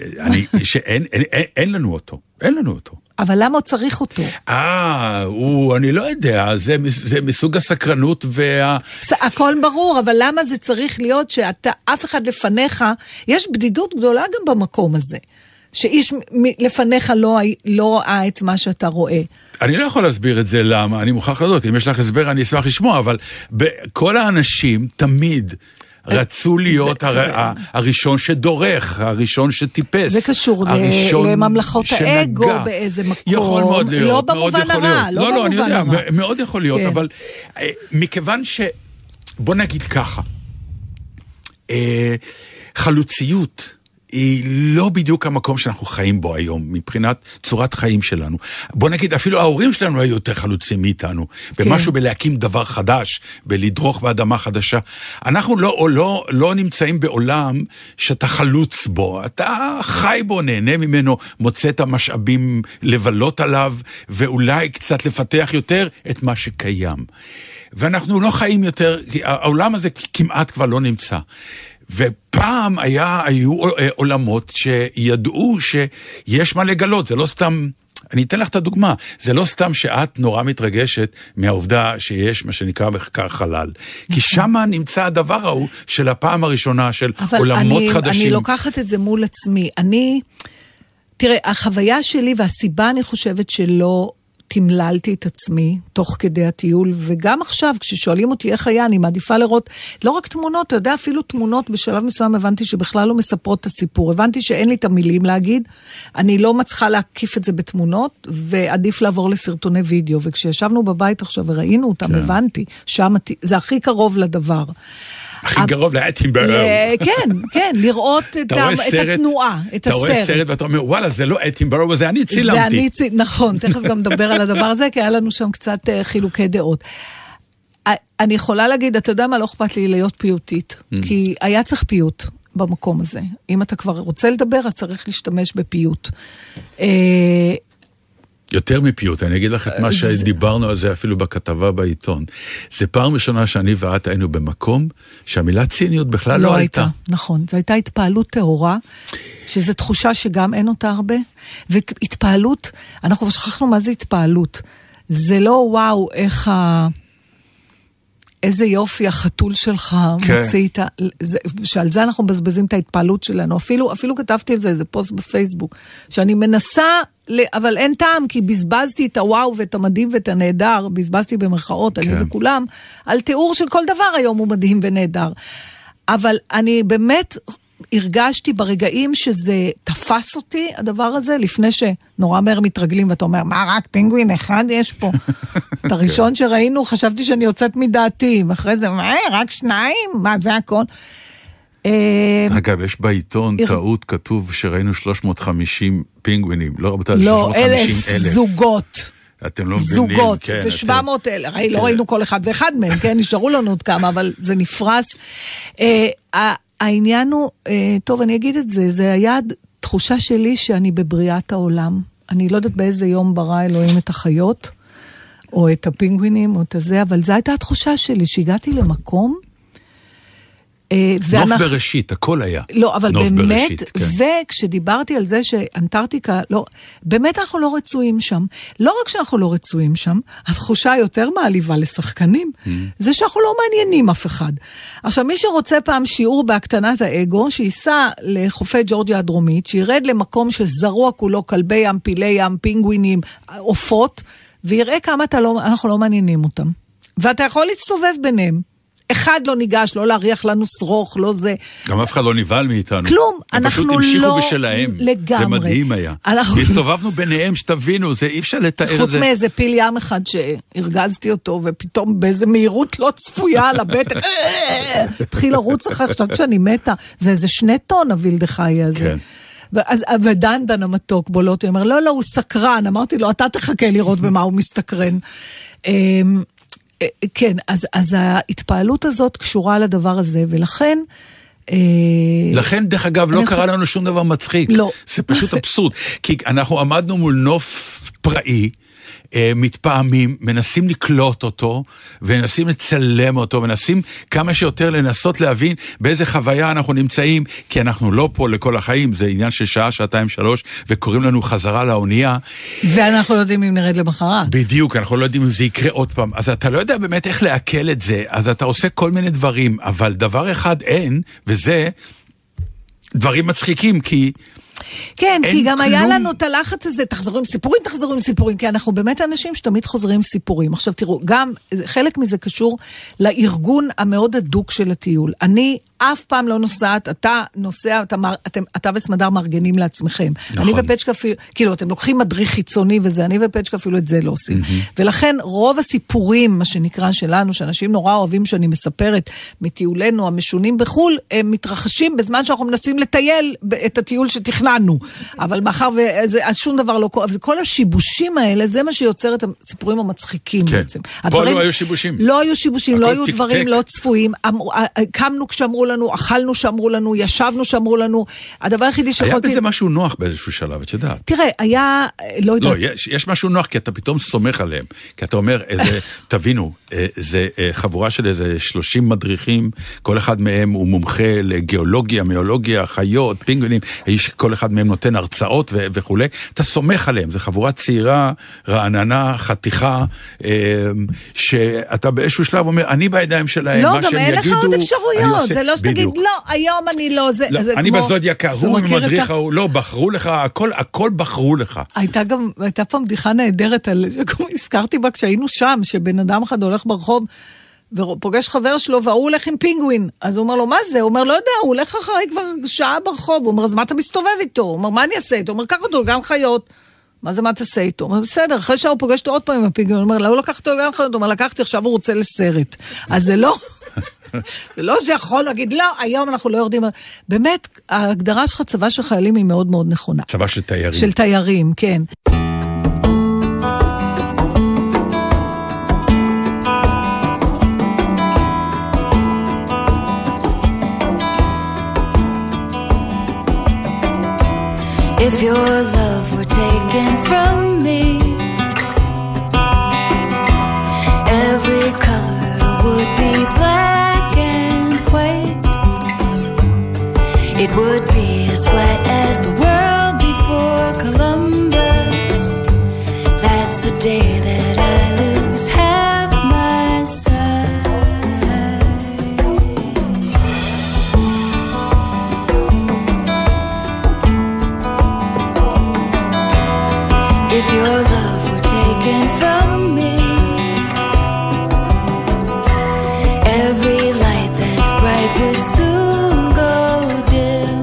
שאין לנו אותו. אין לנו אותו. אבל למה הוא צריך אותו? אני לא יודע, זה מסוג הסקרנות הכל ברור, אבל למה זה צריך להיות שאתה, אף אחד לפניך, יש בדידות גדולה גם במקום הזה, שאיש לפניך לא ראה את מה שאתה רואה. אני לא יכול להסביר את זה למה, אני מוכרח לדעת, אם יש לך הסבר אני אשמח לשמוע, אבל כל האנשים תמיד... רצו להיות הראשון שדורך, הראשון שטיפס. זה קשור לממלכות האגו באיזה מקום. יכול מאוד להיות. לא במובן הרע, לא במובן הרע. אני יודע, מאוד יכול להיות, אבל מכיוון בוא נגיד ככה, חלוציות היא לא בדיוק המקום שאנחנו חיים בו היום, מבחינת צורת חיים שלנו. בוא נגיד, אפילו ההורים שלנו היו יותר חלוצים מאיתנו, במשהו בלהקים דבר חדש, בלדרוך באדמה חדשה. אנחנו לא נמצאים בעולם שאתה חלוץ בו, אתה חי בו, נהנה ממנו, מוצא את המשאבים לבלות עליו, ואולי קצת לפתח יותר את מה שקיים. ואנחנו לא חיים יותר, העולם הזה כמעט כבר לא נמצא. ופעם היו עולמות שידעו שיש מה לגלות, זה לא סתם, אני אתן לך את הדוגמה, זה לא סתם שאת נורא מתרגשת מהעובדה שיש מה שנקרא מחקר חלל, כי שם נמצא הדבר ההוא של הפעם הראשונה של עולמות חדשים. אבל אני לוקחת את זה מול עצמי, תראה, החוויה שלי והסיבה אני חושבת שלא תמללתי את עצמי תוך כדי הטיול, וגם עכשיו כששואלים אותי איך היה, אני מעדיפה לראות לא רק תמונות, אתה יודע, אפילו תמונות בשלב מסוים הבנתי שבכלל לא מספרות את הסיפור, הבנתי שאין לי את המילים להגיד, אני לא מצליחה להקיף את זה בתמונות, ועדיף לעבור לסרטוני וידאו, וכשישבנו בבית עכשיו וראינו אותם, הבנתי, שם זה הכי קרוב לדבר. הכי קרוב לאטינברו. כן, לראות את התנועה, את הסרט. אתה רואה סרט ואתה אומר, וואלה, זה לא אטינברו, זה אני צילמתי. נכון, תכף גם נדבר על הדבר הזה, כי היה לנו שם קצת חילוקי דעות. אני יכולה להגיד, אתה יודע מה, לא אכפת לי להיות פיוטית, כי היה צריך פיוט במקום הזה. אם אתה כבר רוצה לדבר, אז צריך להשתמש בפיוט. יותר מפיוט, אני אגיד לך את מה שדיברנו על זה אפילו בכתבה בעיתון. זה פעם ראשונה שאני ואת היינו במקום שהמילה ציניות בכלל לא הייתה. נכון, זו הייתה התפעלות טהורה, שזו תחושה שגם אין אותה הרבה, והתפעלות, אנחנו שכחנו מה זה התפעלות. זה לא וואו, איזה יופי החתול שלך מוצאית, שעל זה אנחנו מבזבזים את ההתפעלות שלנו. אפילו כתבתי על זה, איזה פוסט בפייסבוק, שאני מנסה, אבל אין טעם, כי בזבזתי את הוואו ואת המדהים ואת הנהדר, בזבזתי במרכאות, אני וכולם, על תיאור של כל דבר היום הוא מדהים ונהדר. אבל אני באמת הרגשתי ברגעים שזה תפס אותי, הדבר הזה, לפני שנורא מהר מתרגלים, ואתה אומר, מה, רק פינגווין אחד יש פה? את הראשון שראינו, חשבתי שאני יוצאת מדעתי, ואחרי זה, מה, רק 2? מה, זה הכל? אגב, יש בעיתון טעות כתוב שראינו 350 פינגווינים, לא רבותי, לא, 1,000 זוגות. אתם לא מבינים. זוגות, זה 700,000, הרי לא ראינו כל אחד ואחד מהם, כן, נשארו לנו עוד כמה, אבל זה נפרס. העניין הוא, טוב, אני אגיד את זה, זה היה תחושה שלי שאני בבריאת העולם. אני לא יודעת באיזה יום ברא אלוהים את החיות, או את הפינגווינים, או את זה, אבל זו הייתה התחושה שלי, שהגעתי למקום, נוף בראשית, הכל היה. לא, אבל באמת, וכשדיברתי על זה שאנטארקטיקה, לא, באמת אנחנו לא רצויים שם. לא רק שאנחנו לא רצויים שם, התחושה היותר מעליבה לשחקנים, זה שאנחנו לא מעניינים אף אחד. עכשיו, מי שרוצה פעם שיעור בהקטנת האגו, שיסע לחופי ג'ורג'יה הדרומית, שירד למקום שזרוע כולו כלבי ים, פילי ים, פינגווינים, עופות, ויראה כמה אנחנו לא מעניינים אותם. ואתה יכול להצטובב ביניהם. אחד לא ניגש, לא להריח לנו שרוך, לא זה. גם אף אחד לא נבהל מאיתנו. כלום, אנחנו לא... הם פשוט המשיכו בשלהם. לגמרי. זה מדהים היה. הסתובבנו ביניהם, שתבינו, זה אי אפשר לתאר את זה. חוץ מאיזה פיל ים אחד שהרגזתי אותו, ופתאום באיזה מהירות לא צפויה על הבטן, התחיל לרוץ אחר, חשבתי שאני מתה. זה איזה 2 טון הווילדחי הזה. כן. ודן המתוק בולותי, אומר, לא, הוא סקרן. אמרתי לו, אתה תחכה לראות במה הוא מסתקרן. כן, אז ההתפעלות הזאת קשורה לדבר הזה, ולכן... לכן, דרך אגב, לא קרה לנו שום דבר מצחיק. לא. זה פשוט אבסורד. כי אנחנו עמדנו מול נוף פראי, מתפעמים, מנסים לקלוט אותו, ומנסים לצלם אותו, מנסים כמה שיותר לנסות להבין באיזה חוויה אנחנו נמצאים, כי אנחנו לא פה לכל החיים, זה עניין של שעה, 2-3, וקוראים לנו חזרה לאונייה. ואנחנו לא יודעים אם נרד למחרת. בדיוק, אנחנו לא יודעים אם זה יקרה עוד פעם, אז אתה לא יודע באמת איך להקל את זה, אז אתה עושה כל מיני דברים, אבל דבר אחד אין, וזה דברים מצחיקים, כי... כן, כי גם היה לנו את הלחץ הזה, תחזרו עם סיפורים, כי אנחנו באמת אנשים שתמיד חוזרים עם סיפורים. עכשיו תראו, גם חלק מזה קשור לארגון המאוד הדוק של הטיול. אני אף פעם לא נוסעת, אתה נוסע, אתה וסמדר מארגנים לעצמכם. אני ופצ'קה אפילו, כאילו, אתם לוקחים מדריך חיצוני וזה, אני ופצ'קה אפילו את זה לא עושים. ולכן רוב הסיפורים, מה שנקרא שלנו, שאנשים נורא אוהבים שאני מספרת מטיולנו המשונים בחול, הם מתרחשים בזמן שאנחנו מנסים לטייל את הטיול שתכננו. אבל מאחר אז שום דבר לא קורה, וכל השיבושים האלה, זה מה שיוצר את הסיפורים המצחיקים בעצם. פה לא היו שיבושים. לא היו שיבושים, לא היו דברים לא צפויים. קמנו כשאמרו לנו, אכלנו שאמרו לנו, ישבנו שאמרו לנו, הדבר היחידי שיכולתי... היה בזה משהו נוח באיזשהו שלב, את יודעת. תראה, היה, לא יודעת... לא, יש משהו נוח, כי אתה פתאום סומך עליהם, כי אתה אומר, תבינו, זה חבורה של איזה 30 מדריכים, כל אחד מהם הוא מומחה לגיאולוגיה, מיולוגיה, חיות, פינגווינים, כל אחד מהם נותן הרצאות וכו'. אתה סומך עליהם, זה חבורה צעירה, רעננה, חתיכה, שאתה באיזשהו שלב אומר, אני בידיים שלהם, לא, גם אין לך עוד אפשרויות, זה לא שתגיד, לא, היום אני לא, זה אני בזודיקה, הוא ממדריך, לא, בחרו לך, הכל בחרו לך. הייתה פעם בדיחה נהדרת, הזכרתי בה כשהיינו שם, שבן אדם אחד הולך ברחוב, ופוגש חבר שלו, והוא הולך עם פינגווין. אז הוא אומר לו, מה זה? הוא אומר, לא יודע, הוא הולך אחרי כבר שעה ברחוב. הוא אומר, אז מה אתה מסתובב איתו? הוא אומר, מה אני אעשה איתו? הוא אומר, קח אותו, גם חיות. מה זה, מה תעשה איתו? הוא אומר, בסדר, אחרי שעה הוא פוגש אותו עוד פעם עם הפינגווין. הוא אומר, לא לקח אותו גם חיות. הוא אומר, לקחתי, עכשיו הוא רוצה לסרט. אז זה לא... זה לא שיכול להגיד, לא, היום אנחנו לא יורדים. באמת, ההגדרה שלך, צבא של חיילים היא מאוד מאוד נכונה. צבא של תיירים. של תיירים, כן. If your love were taken from me, every color would be black and white. It would be as flat as the world before Columbus. That's the day that I lose half my sight. If your love were taken from me, every light that's bright would soon go dim.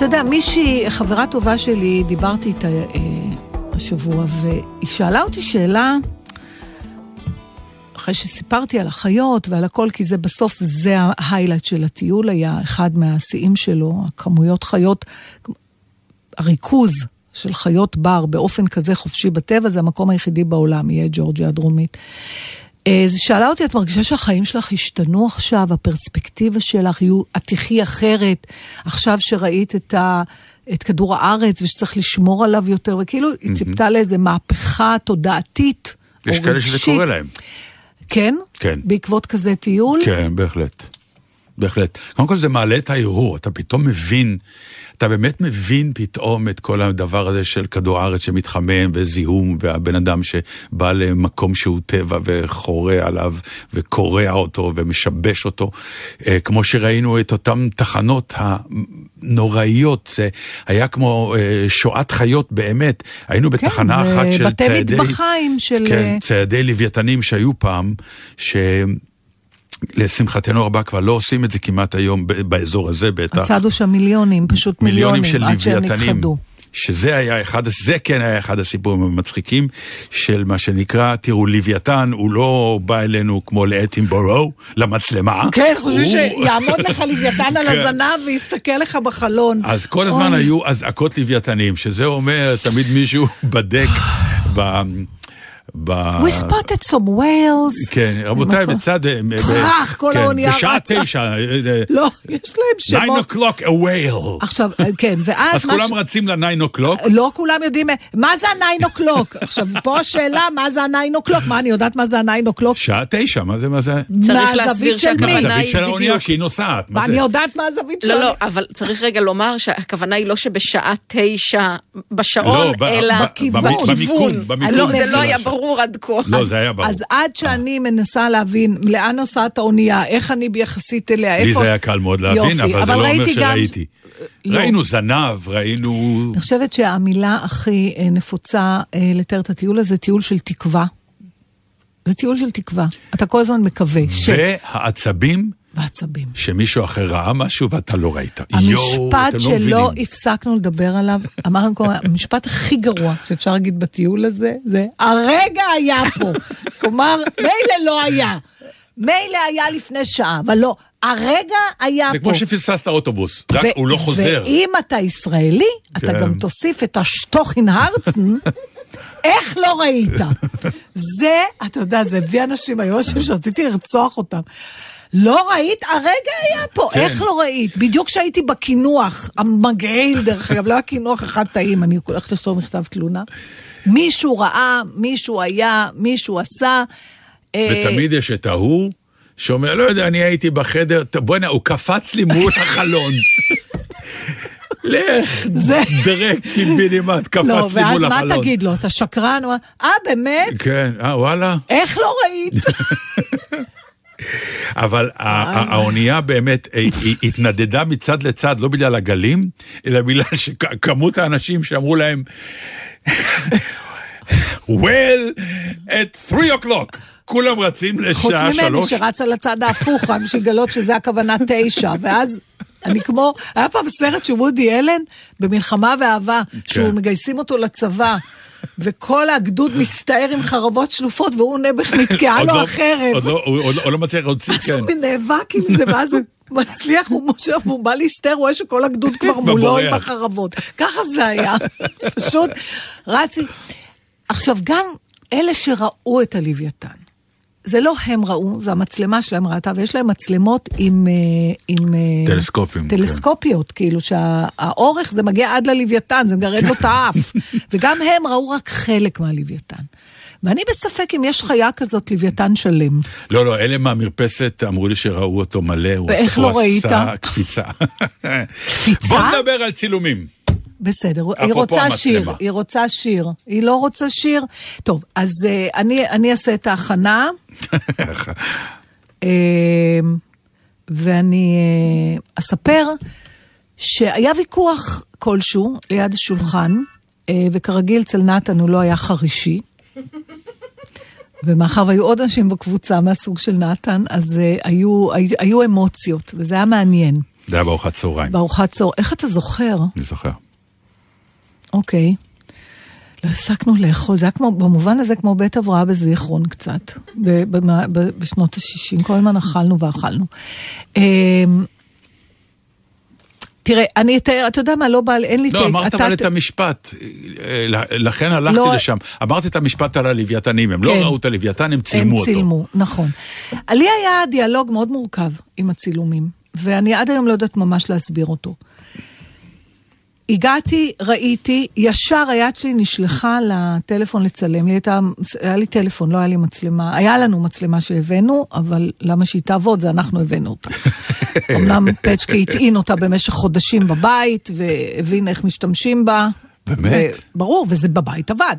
יודע, מישהי, חברה טובה שלי, דיברתי איתה השבוע, והיא שאלה אותי שאלה, אחרי שסיפרתי על החיות ועל הכל, כי זה בסוף, זה ההיילייט של הטיול, היה אחד מהשיאים שלו, הכמויות חיות, הריכוז של חיות בר באופן כזה חופשי בטבע, זה המקום היחידי בעולם, יהיה ג'ורג'יה הדרומית. אז שאלה אותי, את מרגישה שהחיים שלך השתנו עכשיו, הפרספקטיבה שלך, את תחי אחרת, עכשיו שראית את כדור הארץ, ושצריך לשמור עליו יותר, וכאילו היא ציפתה לאיזו מהפכה תודעתית, יש כאלה שזה קורה להם. כן? כן. בעקבות כזה טיול? כן, בהחלט. בהחלט. קודם כל זה מעלה את ההרהור, אתה פתאום מבין, אתה באמת מבין פתאום את כל הדבר הזה של כדור הארץ שמתחמם וזיהום, והבן אדם שבא למקום שהוא טבע וחורה עליו וקורע אותו ומשבש אותו, כמו שראינו את אותם תחנות הנוראיות, זה היה כמו שואת חיות באמת, היינו בתחנה אחת של ציידי, כן, ציידי לוויתנים שהיו פעם, לשמחתנו הרבה כבר לא עושים את זה כמעט היום באזור הזה בטח. הצעדו שם מיליונים, פשוט מיליונים של עד שהם לוויתנים, נכחדו. שזה היה זה כן היה אחד הסיפורים המצחיקים של מה שנקרא, תראו, לוויתן הוא לא בא אלינו כמו לאטינבורו, למצלמה. כן, חושבים שיעמוד לך לוויתן על הזנב ויסתכל לך בחלון. אז כל הזמן היו אזעקות לוויתנים, שזה אומר תמיד מישהו בדק We spotted some whales. כן, רבותיי, בצד טרח, כל האונייה רצה. בשעה 9. לא, יש להם שמות. 9 o'clock a whale. עכשיו, כן, ואז... אז כולם רצים ל9 o'clock? לא כולם יודעים, מה זה ה9 o'clock? עכשיו, פה השאלה, מה זה ה9 o'clock? מה, אני יודעת מה זה ה9 o'clock? שעה 9, מה זה? צריך להסביר שהכוונה היא... מהזווית של האונייה כשהיא נוסעת. אני יודעת מה הזווית שלה. לא, אבל צריך רגע לומר שהכוונה היא לא שבשעה 9 בשעון, אלא כיוון. זה לא היה ברור עד כה. לא, זה היה ברור. אז עד שאני מנסה להבין לאן נוסעת האונייה, איך אני ביחסית אליה, איפה... לי זה היה קל מאוד להבין, אבל זה לא אומר שראיתי. ראינו זנב, ראינו... אני חושבת שהמילה הכי נפוצה לתאר את הטיול הזה, טיול של תקווה. זה טיול של תקווה. אתה כל הזמן מקווה. והעצבים... בעצבים. שמישהו אחר ראה משהו ואתה לא ראית. המשפט שלא הפסקנו לדבר עליו, אמרנו, המשפט הכי גרוע שאפשר להגיד בטיול הזה, זה הרגע היה פה. כלומר, מילא לא היה. מילא היה לפני שעה, אבל לא, הרגע היה פה. זה כמו שפספסת האוטובוס, רק הוא לא חוזר. ואם אתה ישראלי, אתה גם תוסיף את השטוחין הרצן, איך לא ראית? זה, אתה יודע, זה הביא אנשים, היו אנשים שרציתי לרצוח אותם. לא ראית? הרגע היה פה, כן. איך לא ראית? בדיוק שהייתי בכינוח, המגעיל דרך אגב, לא היה כינוח אחד טעים, אני הולכת לכתוב מכתב תלונה. מישהו ראה, מישהו היה, מישהו עשה. ותמיד יש את ההוא, שאומר, לא יודע, אני הייתי בחדר, בוא'נה, הוא קפץ לי מול החלון. לך, דרק קיבינימט, קפץ לי מול החלון. ואז מה תגיד לו? אתה שקרן? באמת? כן, וואלה. איך לא ראית? אבל האונייה באמת התנדדה מצד לצד, לא בגלל הגלים, אלא בגלל שכמות האנשים שאמרו להם, well, at 3 o'clock. כולם רצים לשעה 3. חוץ ממני שרצה לצד ההפוך, רק שגלות שזה הכוונה 9, ואז אני כמו, היה פעם סרט של וודי אלן, במלחמה ואהבה, שהוא מגייסים אותו לצבא, וכל הגדוד מסתער עם חרבות שלופות, והוא נבח נתקעה לו החרב. הוא לא מצליח להוציא, כן. אז הוא נאבק עם זה, ואז הוא מצליח, הוא בא להסתער, הוא רואה שכל הגדוד כבר מולו עם החרבות. ככה זה היה. פשוט רצי. עכשיו, גם אלה שראו את הלוויתן, זה לא הם ראו, זה המצלמה שלהם ראתה, ויש להם מצלמות עם טלסקופיות, כאילו שהאורך זה מגיע עד ללוויתן, זה מגרד לו את האף, וגם הם ראו רק חלק מהלוויתן. ואני בספק אם יש חיה כזאת לוויתן שלם. לא, אלה מהמרפסת אמרו לי שראו אותו מלא, ואיך לא ראית? הוא עשה קפיצה. בוא נדבר על צילומים. בסדר, היא רוצה שיר, היא לא רוצה שיר. טוב, אז אני אעשה את ההכנה, ואני אספר שהיה ויכוח כלשהו ליד השולחן, וכרגיל אצל נתן הוא לא היה חרישי, ומאחר והיו עוד אנשים בקבוצה מהסוג של נתן, אז היו אמוציות, וזה היה מעניין. זה היה בארוחת צהריים. בארוחת צהריים. איך אתה זוכר? אני זוכר. אוקיי. לא הפסקנו לאכול, זה היה כמו, במובן הזה כמו בית הבראה בזיכרון קצת, בשנות ה-60, כל הזמן אכלנו ואכלנו. תראה, אני אתאר, אתה יודע מה, לא בא, אין לי... לא, אמרת אבל את המשפט, לכן הלכתי לשם. אמרת את המשפט על הלוויתנים, הם לא ראו את הלוויתן, הם צילמו אותו. הם צילמו, נכון. לי היה דיאלוג מאוד מורכב עם הצילומים, ואני עד היום לא יודעת ממש להסביר אותו. הגעתי, ראיתי, ישר היד שלי נשלחה לטלפון לצלם לי, היה לי טלפון, לא היה לי מצלמה, היה לנו מצלמה שהבאנו, אבל למה שהיא תעבוד, זה אנחנו הבאנו אותה. אמנם פצ'קה הטעין אותה במשך חודשים בבית, והבין איך משתמשים בה. באמת? ברור, וזה בבית עבד.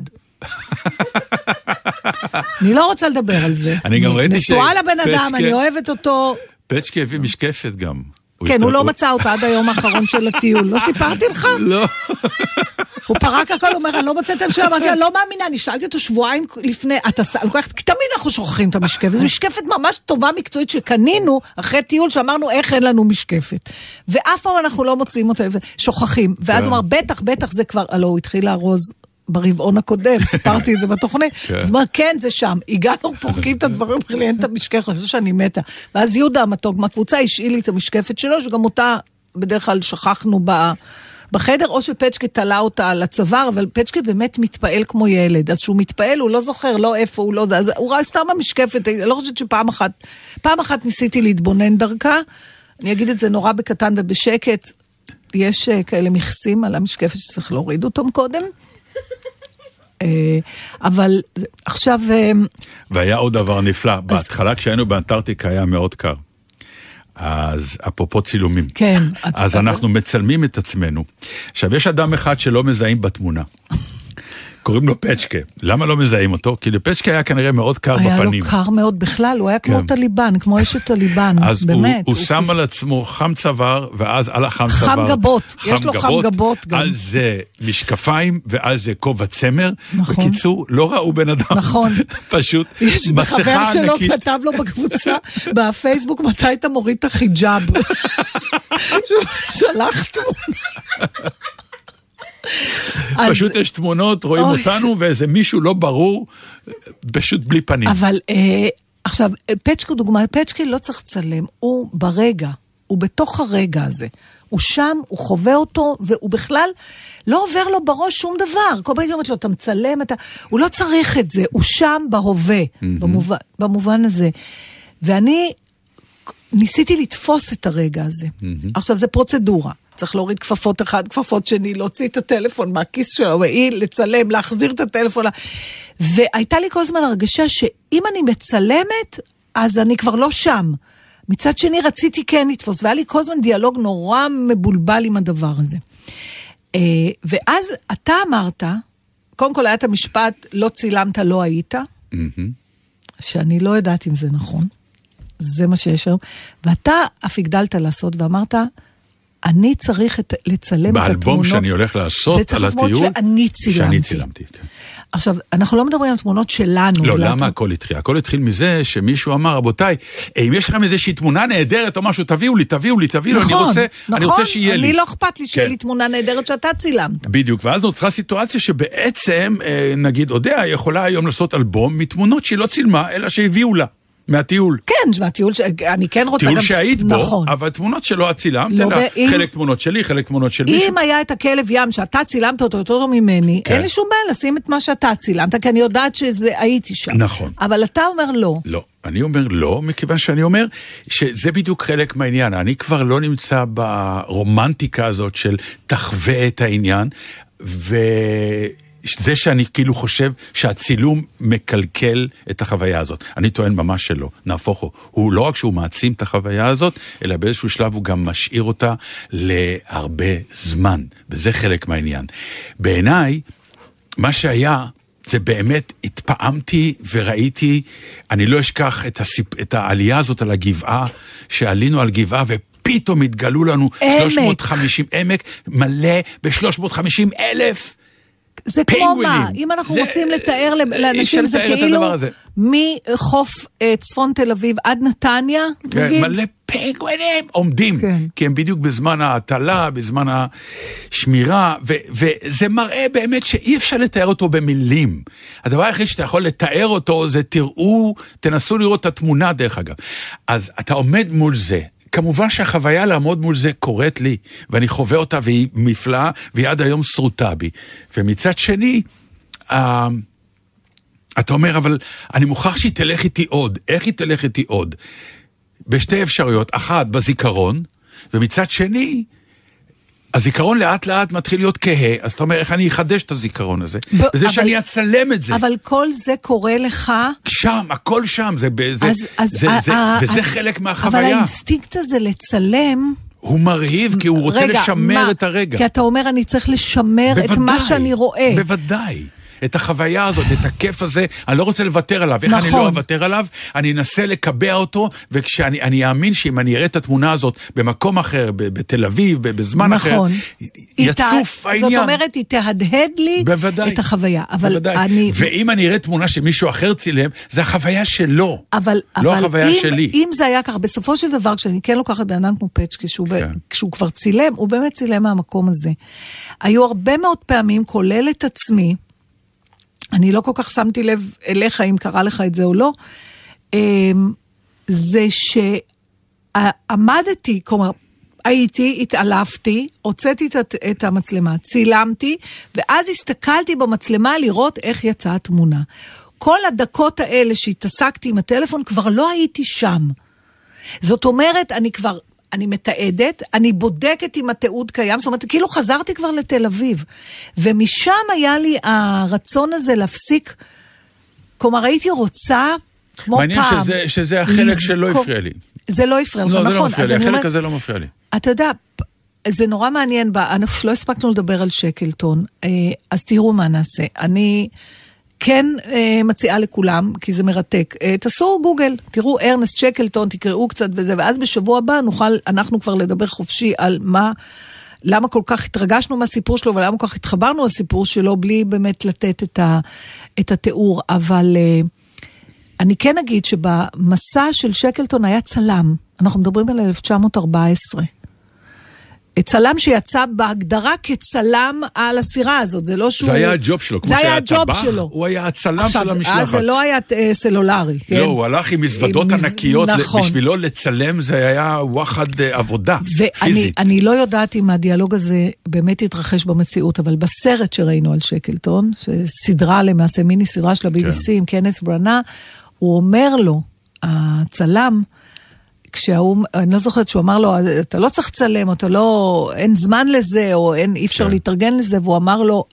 אני לא רוצה לדבר על זה. אני גם ראיתי נשואה לבן אדם, אני אוהבת אותו. פצ'קה הביא משקפת גם. כן, הוא לא מצא אותה עד היום האחרון של הטיול. לא סיפרתי לך? לא. הוא פרק הכל, הוא אומר, אני לא מצאת המשקפת, אמרתי, אני לא מאמינה, אני שאלתי אותו שבועיים לפני, כי תמיד אנחנו שוכחים את המשקפת, זו משקפת ממש טובה מקצועית שקנינו אחרי טיול שאמרנו איך אין לנו משקפת. ואף פעם אנחנו לא מוצאים אותה ושוכחים. ואז הוא אומר, בטח זה כבר, הוא התחיל לארוז ברבעון הקודם, סיפרתי את זה בתוכנית, אז אומר, כן, זה שם, הגענו, פורקים את הדברים, אומר לי, אין את המשקפת, אני חושב שאני מתה. ואז יהודה המתוק מהקבוצה השאיל לי את המשקפת שלו, שגם אותה בדרך כלל שכחנו בחדר, או שפצ'קה תלה אותה על הצוואר, אבל פצ'קה באמת מתפעל כמו ילד, אז שהוא מתפעל, הוא לא זוכר, לא איפה, הוא לא זה, אז הוא ראה סתם המשקפת, אני לא חושבת שפעם אחת ניסיתי להתבונן דרכה, אני אגיד את זה נורא בקטן ובשקט, יש כאלה מכסים על המשקפת שצריך להוריד אותם קודם, אבל עכשיו... והיה עוד דבר נפלא, בהתחלה כשהיינו באנטארקטיקה היה מאוד קר, אז אפרופו צילומים, כן, אז אנחנו מצלמים את עצמנו. עכשיו יש אדם אחד שלא מזהים בתמונה, קוראים לו פצ'קה. למה לא מזהים אותו? כי לפצ'קה היה כנראה מאוד קר בפנים. היה לו קר מאוד בכלל, הוא היה כמו טליבן, כמו אשת טליבן, באמת. הוא שם על עצמו חם צוואר, ואז על החם צוואר. חם גבות, יש לו חם גבות גם. על זה משקפיים, ועל זה כובע צמר. בקיצור, לא ראו בן אדם. נכון. פשוט מסכה ענקית. חבר שלו כתב לו בקבוצה, בפייסבוק, מתי אתה מוריד את החיג'אב? שלח תמונה. פשוט יש תמונות, רואים אותנו, ואיזה מישהו לא ברור, פשוט בלי פנים. אבל עכשיו, פצ'קה דוגמה, פצ'קה לא צריך לצלם, הוא ברגע, הוא בתוך הרגע הזה. הוא שם, הוא חווה אותו, והוא בכלל לא עובר לו בראש שום דבר. כל פעם אומרת לו, אתה מצלם, הוא לא צריך את זה, הוא שם בהווה, במובן הזה. ואני ניסיתי לתפוס את הרגע הזה. עכשיו, זה פרוצדורה. צריך להוריד כפפות אחד, כפפות שני, להוציא את הטלפון מהכיס שלו, לצלם, להחזיר את הטלפון. והייתה לי כל הזמן הרגשה שאם אני מצלמת, אז אני כבר לא שם. מצד שני רציתי כן לתפוס, והיה לי כל הזמן דיאלוג נורא מבולבל עם הדבר הזה. ואז אתה אמרת, קודם כל היה את המשפט, לא צילמת, לא היית, שאני לא יודעת אם זה נכון. זה מה שיש היום. ואתה אף הגדלת לעשות ואמרת, אני צריך לצלם את התמונות. באלבום שאני הולך לעשות על הטיול, שאני צילמתי. עכשיו, אנחנו לא מדברים על תמונות שלנו. לא, למה הכל התחיל? הכל התחיל מזה שמישהו אמר, רבותיי, אם יש לכם איזושהי תמונה נהדרת או משהו, תביאו לי, אני רוצה שיהיה לי. אני לא אכפת לי שיהיה לי תמונה נהדרת שאתה צילמת. בדיוק, ואז נוצרה סיטואציה שבעצם, נגיד, אודיה יכולה היום לעשות אלבום מתמונות שהיא לא צילמה, אלא שהביאו לה. מהטיול. כן, מהטיול שאני כן רוצה טיול שהיית בו, אבל תמונות שלא את צילמת, אלא חלק תמונות שלי, חלק תמונות של מישהו. אם היה את הכלב ים שאתה צילמת אותו יותר ממני, אין לי שום בעיה לשים את מה שאתה צילמת, כי אני יודעת שזה הייתי שם. נכון. אבל אתה אומר לא. לא. אני אומר לא, מכיוון שאני אומר שזה בדיוק חלק מהעניין. אני כבר לא נמצא ברומנטיקה הזאת של תחווה את העניין, זה שאני כאילו חושב שהצילום מקלקל את החוויה הזאת. אני טוען ממש שלא, נהפוך הוא לא רק שהוא מעצים את החוויה הזאת, אלא באיזשהו שלב הוא גם משאיר אותה להרבה זמן, וזה חלק מהעניין. בעיניי, מה שהיה, זה באמת התפעמתי וראיתי, אני לא אשכח את העלייה הזאת על הגבעה, שעלינו על גבעה ופתאום התגלו לנו 350 עמק, מלא ב-350,000 זה כמו מה? אם אנחנו רוצים לתאר לאנשים, זה כאילו מחוף צפון תל אביב עד נתניה, כן, מלא פינגווינים עומדים, כי הם בדיוק בזמן ההטלה, בזמן השמירה, וזה מראה באמת שאי אפשר לתאר אותו במילים. הדבר היחיד שאתה יכול לתאר אותו, זה תנסו לראות את התמונה דרך אגב. אז אתה עומד מול זה, כמובן שהחוויה לעמוד מול זה קורית לי, ואני חווה אותה והיא מפלאה, והיא עד היום שרוטה בי. ומצד שני, אתה אומר, אבל אני מוכרח שהיא תלך איתי עוד. איך היא תלך איתי עוד? בשתי אפשרויות. אחת, בזיכרון, ומצד שני, הזיכרון לאט לאט מתחיל להיות כהה, אז אתה אומר, איך אני אחדש את הזיכרון הזה? וזה שאני אצלם את זה. אבל כל זה קורה לך... שם, הכל שם, וזה חלק מהחוויה. אבל האינסטינקט הזה לצלם... הוא מרהיב, כי הוא רוצה לשמר את הרגע. כי אתה אומר, אני צריך לשמר את מה שאני רואה. בוודאי. את החוויה הזאת, את הכיף הזה, אני לא רוצה לוותר עליו. איך אני לא אוותר עליו? אני אנסה לקבע אותו, וכשאני אאמין שאם אני אראה את התמונה הזאת במקום אחר, בתל אביב, בזמן אחר, יצוף העניין. זאת אומרת, היא תהדהד לי את החוויה. ואם אני אראה תמונה שמישהו אחר צילם, זה החוויה שלו, לא החוויה שלי. אם זה היה ככה, בסופו של דבר, כשאני כן לוקחת באדם כמו פאץ' כשהוא כבר צילם, הוא באמת צילם מהמקום הזה. היו הרבה מאוד פעמים, כולל את עצמי, אני לא כל כך שמתי לב אליך, אם קרה לך את זה או לא, זה שעמדתי, כלומר, הייתי, התעלפתי, הוצאתי את המצלמה, צילמתי, ואז הסתכלתי במצלמה לראות איך יצאה התמונה. כל הדקות האלה שהתעסקתי עם הטלפון, כבר לא הייתי שם. זאת אומרת, אני מתעדת, אני בודקת אם התיעוד קיים, זאת אומרת, כאילו חזרתי כבר לתל אביב, ומשם היה לי הרצון הזה להפסיק, כלומר, הייתי רוצה, כמו פעם. מעניין שזה החלק שלא הפריע לי. זה לא הפריע לך, נכון. לא, זה לא מפריע לי, החלק הזה לא מפריע לי. אתה יודע, זה נורא מעניין, אנחנו לא הספקנו לדבר על שקלטון, אז תראו מה נעשה. אני כן מציעה לכולם, כי זה מרתק. תעשו גוגל, תראו ארנסט שקלטון, תקראו קצת וזה, ואז בשבוע הבא נוכל אנחנו כבר לדבר חופשי על למה כל כך התרגשנו מהסיפור שלו, ולמה כל כך התחברנו לסיפור שלו, בלי באמת לתת את התיאור. אבל אני כן אגיד שבמסע של שקלטון היה צלם, אנחנו מדברים על 1914. צלם שיצא בהגדרה כצלם על הסירה הזאת, זה לא שהוא... זה היה הג'וב שלו, כמו שהיה טבח, הוא היה הצלם של המשלחת. אז זה לא היה סלולרי, כן? לא, הוא הלך עם מזוודות ענקיות, בשבילו לצלם זה היה וואחד עבודה פיזית. ואני לא יודעת אם הדיאלוג הזה באמת התרחש במציאות, אבל בסרט שראינו על שקלטון, שסדרה למעשה, מיני סדרה של ה-BBC עם קנת' ברנה, הוא אומר לו, הצלם, אני לא זוכרת שהוא אמר לו, אתה לא צריך צלם, אין זמן לזה, או אי אפשר להתארגן לזה, והוא אמר לו,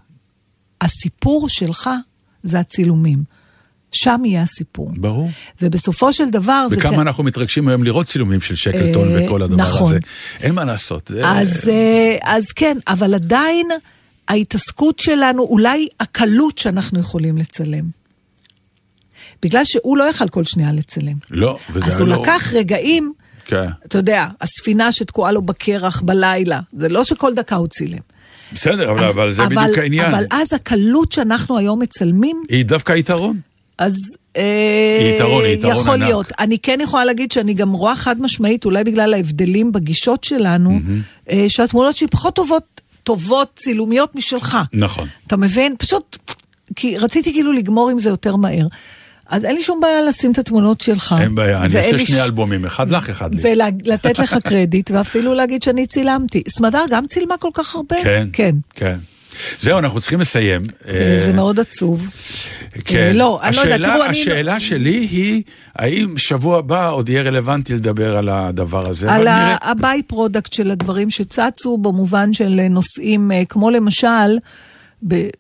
הסיפור שלך זה הצילומים. שם יהיה הסיפור. ברור. ובסופו של דבר... וכמה אנחנו מתרגשים היום לראות צילומים של שקלטון וכל הדבר הזה. אין מה לעשות. אז כן, אבל עדיין ההתעסקות שלנו, אולי הקלות שאנחנו יכולים לצלם. בגלל שהוא לא יכל כל שנייה לצלם. לא, וזה אז הוא לקח רגעים, אתה יודע, הספינה שתקועה לו בקרח בלילה, זה לא שכל דקה הוא צילם. בסדר, אבל זה בדיוק העניין. אבל אז הקלות שאנחנו היום מצלמים... היא דווקא יתרון. אז יתרון יכול להיות. אני כן יכולה להגיד שאני גם רואה חד משמעית, אולי בגלל ההבדלים בגישות שלנו, שהתמונות שהיא פחות טובות צילומיות משלך. נכון. אתה מבין? פשוט, כי רציתי כאילו לגמור עם זה יותר מהר. אז אין לי שום בעיה לשים את התמונות שלך. אין בעיה, אני אעשה שני אלבומים, אחד לך, אחד לי. ולתת לך קרדיט, ואפילו להגיד שאני צילמתי. סמדר גם צילמה כל כך הרבה? כן, כן. זהו, אנחנו צריכים לסיים. זה מאוד עצוב. כן. לא, אני לא יודעת, תראו, השאלה שלי היא, האם שבוע הבא עוד יהיה רלוונטי לדבר על הדבר הזה? על הביי פרודקט של הדברים שצצו, במובן של נושאים, כמו למשל,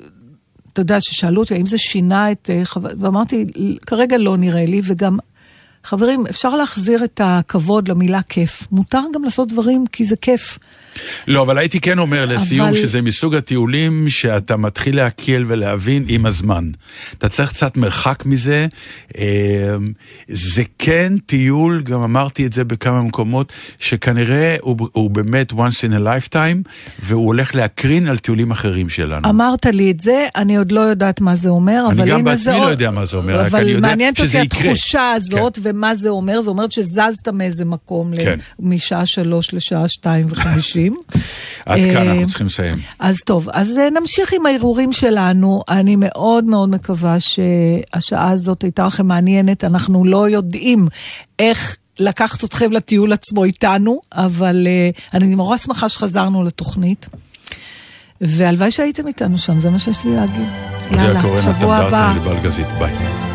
אתה יודע, ששאלו אותי, האם זה שינה את... ואמרתי, כרגע לא נראה לי, וגם חברים, אפשר להחזיר את הכבוד למילה כיף. מותר גם לעשות דברים כי זה כיף. לא, אבל הייתי כן אומר לסיום שזה מסוג הטיולים שאתה מתחיל להקל ולהבין עם הזמן. אתה צריך קצת מרחק מזה. זה כן טיול, גם אמרתי את זה בכמה מקומות, שכנראה הוא באמת once in a lifetime, והוא הולך להקרין על טיולים אחרים שלנו. אמרת לי את זה, אני עוד לא יודעת מה זה אומר, אבל אני גם בעצמי לא יודע מה זה אומר, רק אני יודע שזה יקרה. אותי התחושה הזאת, ומה זה אומר? זה אומר שזזת מאיזה מקום משעה 3 לשעה 2:50. עד כאן אנחנו צריכים לסיים. אז טוב, אז נמשיך עם הערעורים שלנו. אני מאוד מאוד מקווה שהשעה הזאת הייתה לכם מעניינת. אנחנו לא יודעים איך לקחת אתכם לטיול עצמו איתנו, אבל אני נורא שמחה שחזרנו לתוכנית. והלוואי שהייתם איתנו שם, זה מה שיש לי להגיד. יאללה, שבוע הבא. ביי.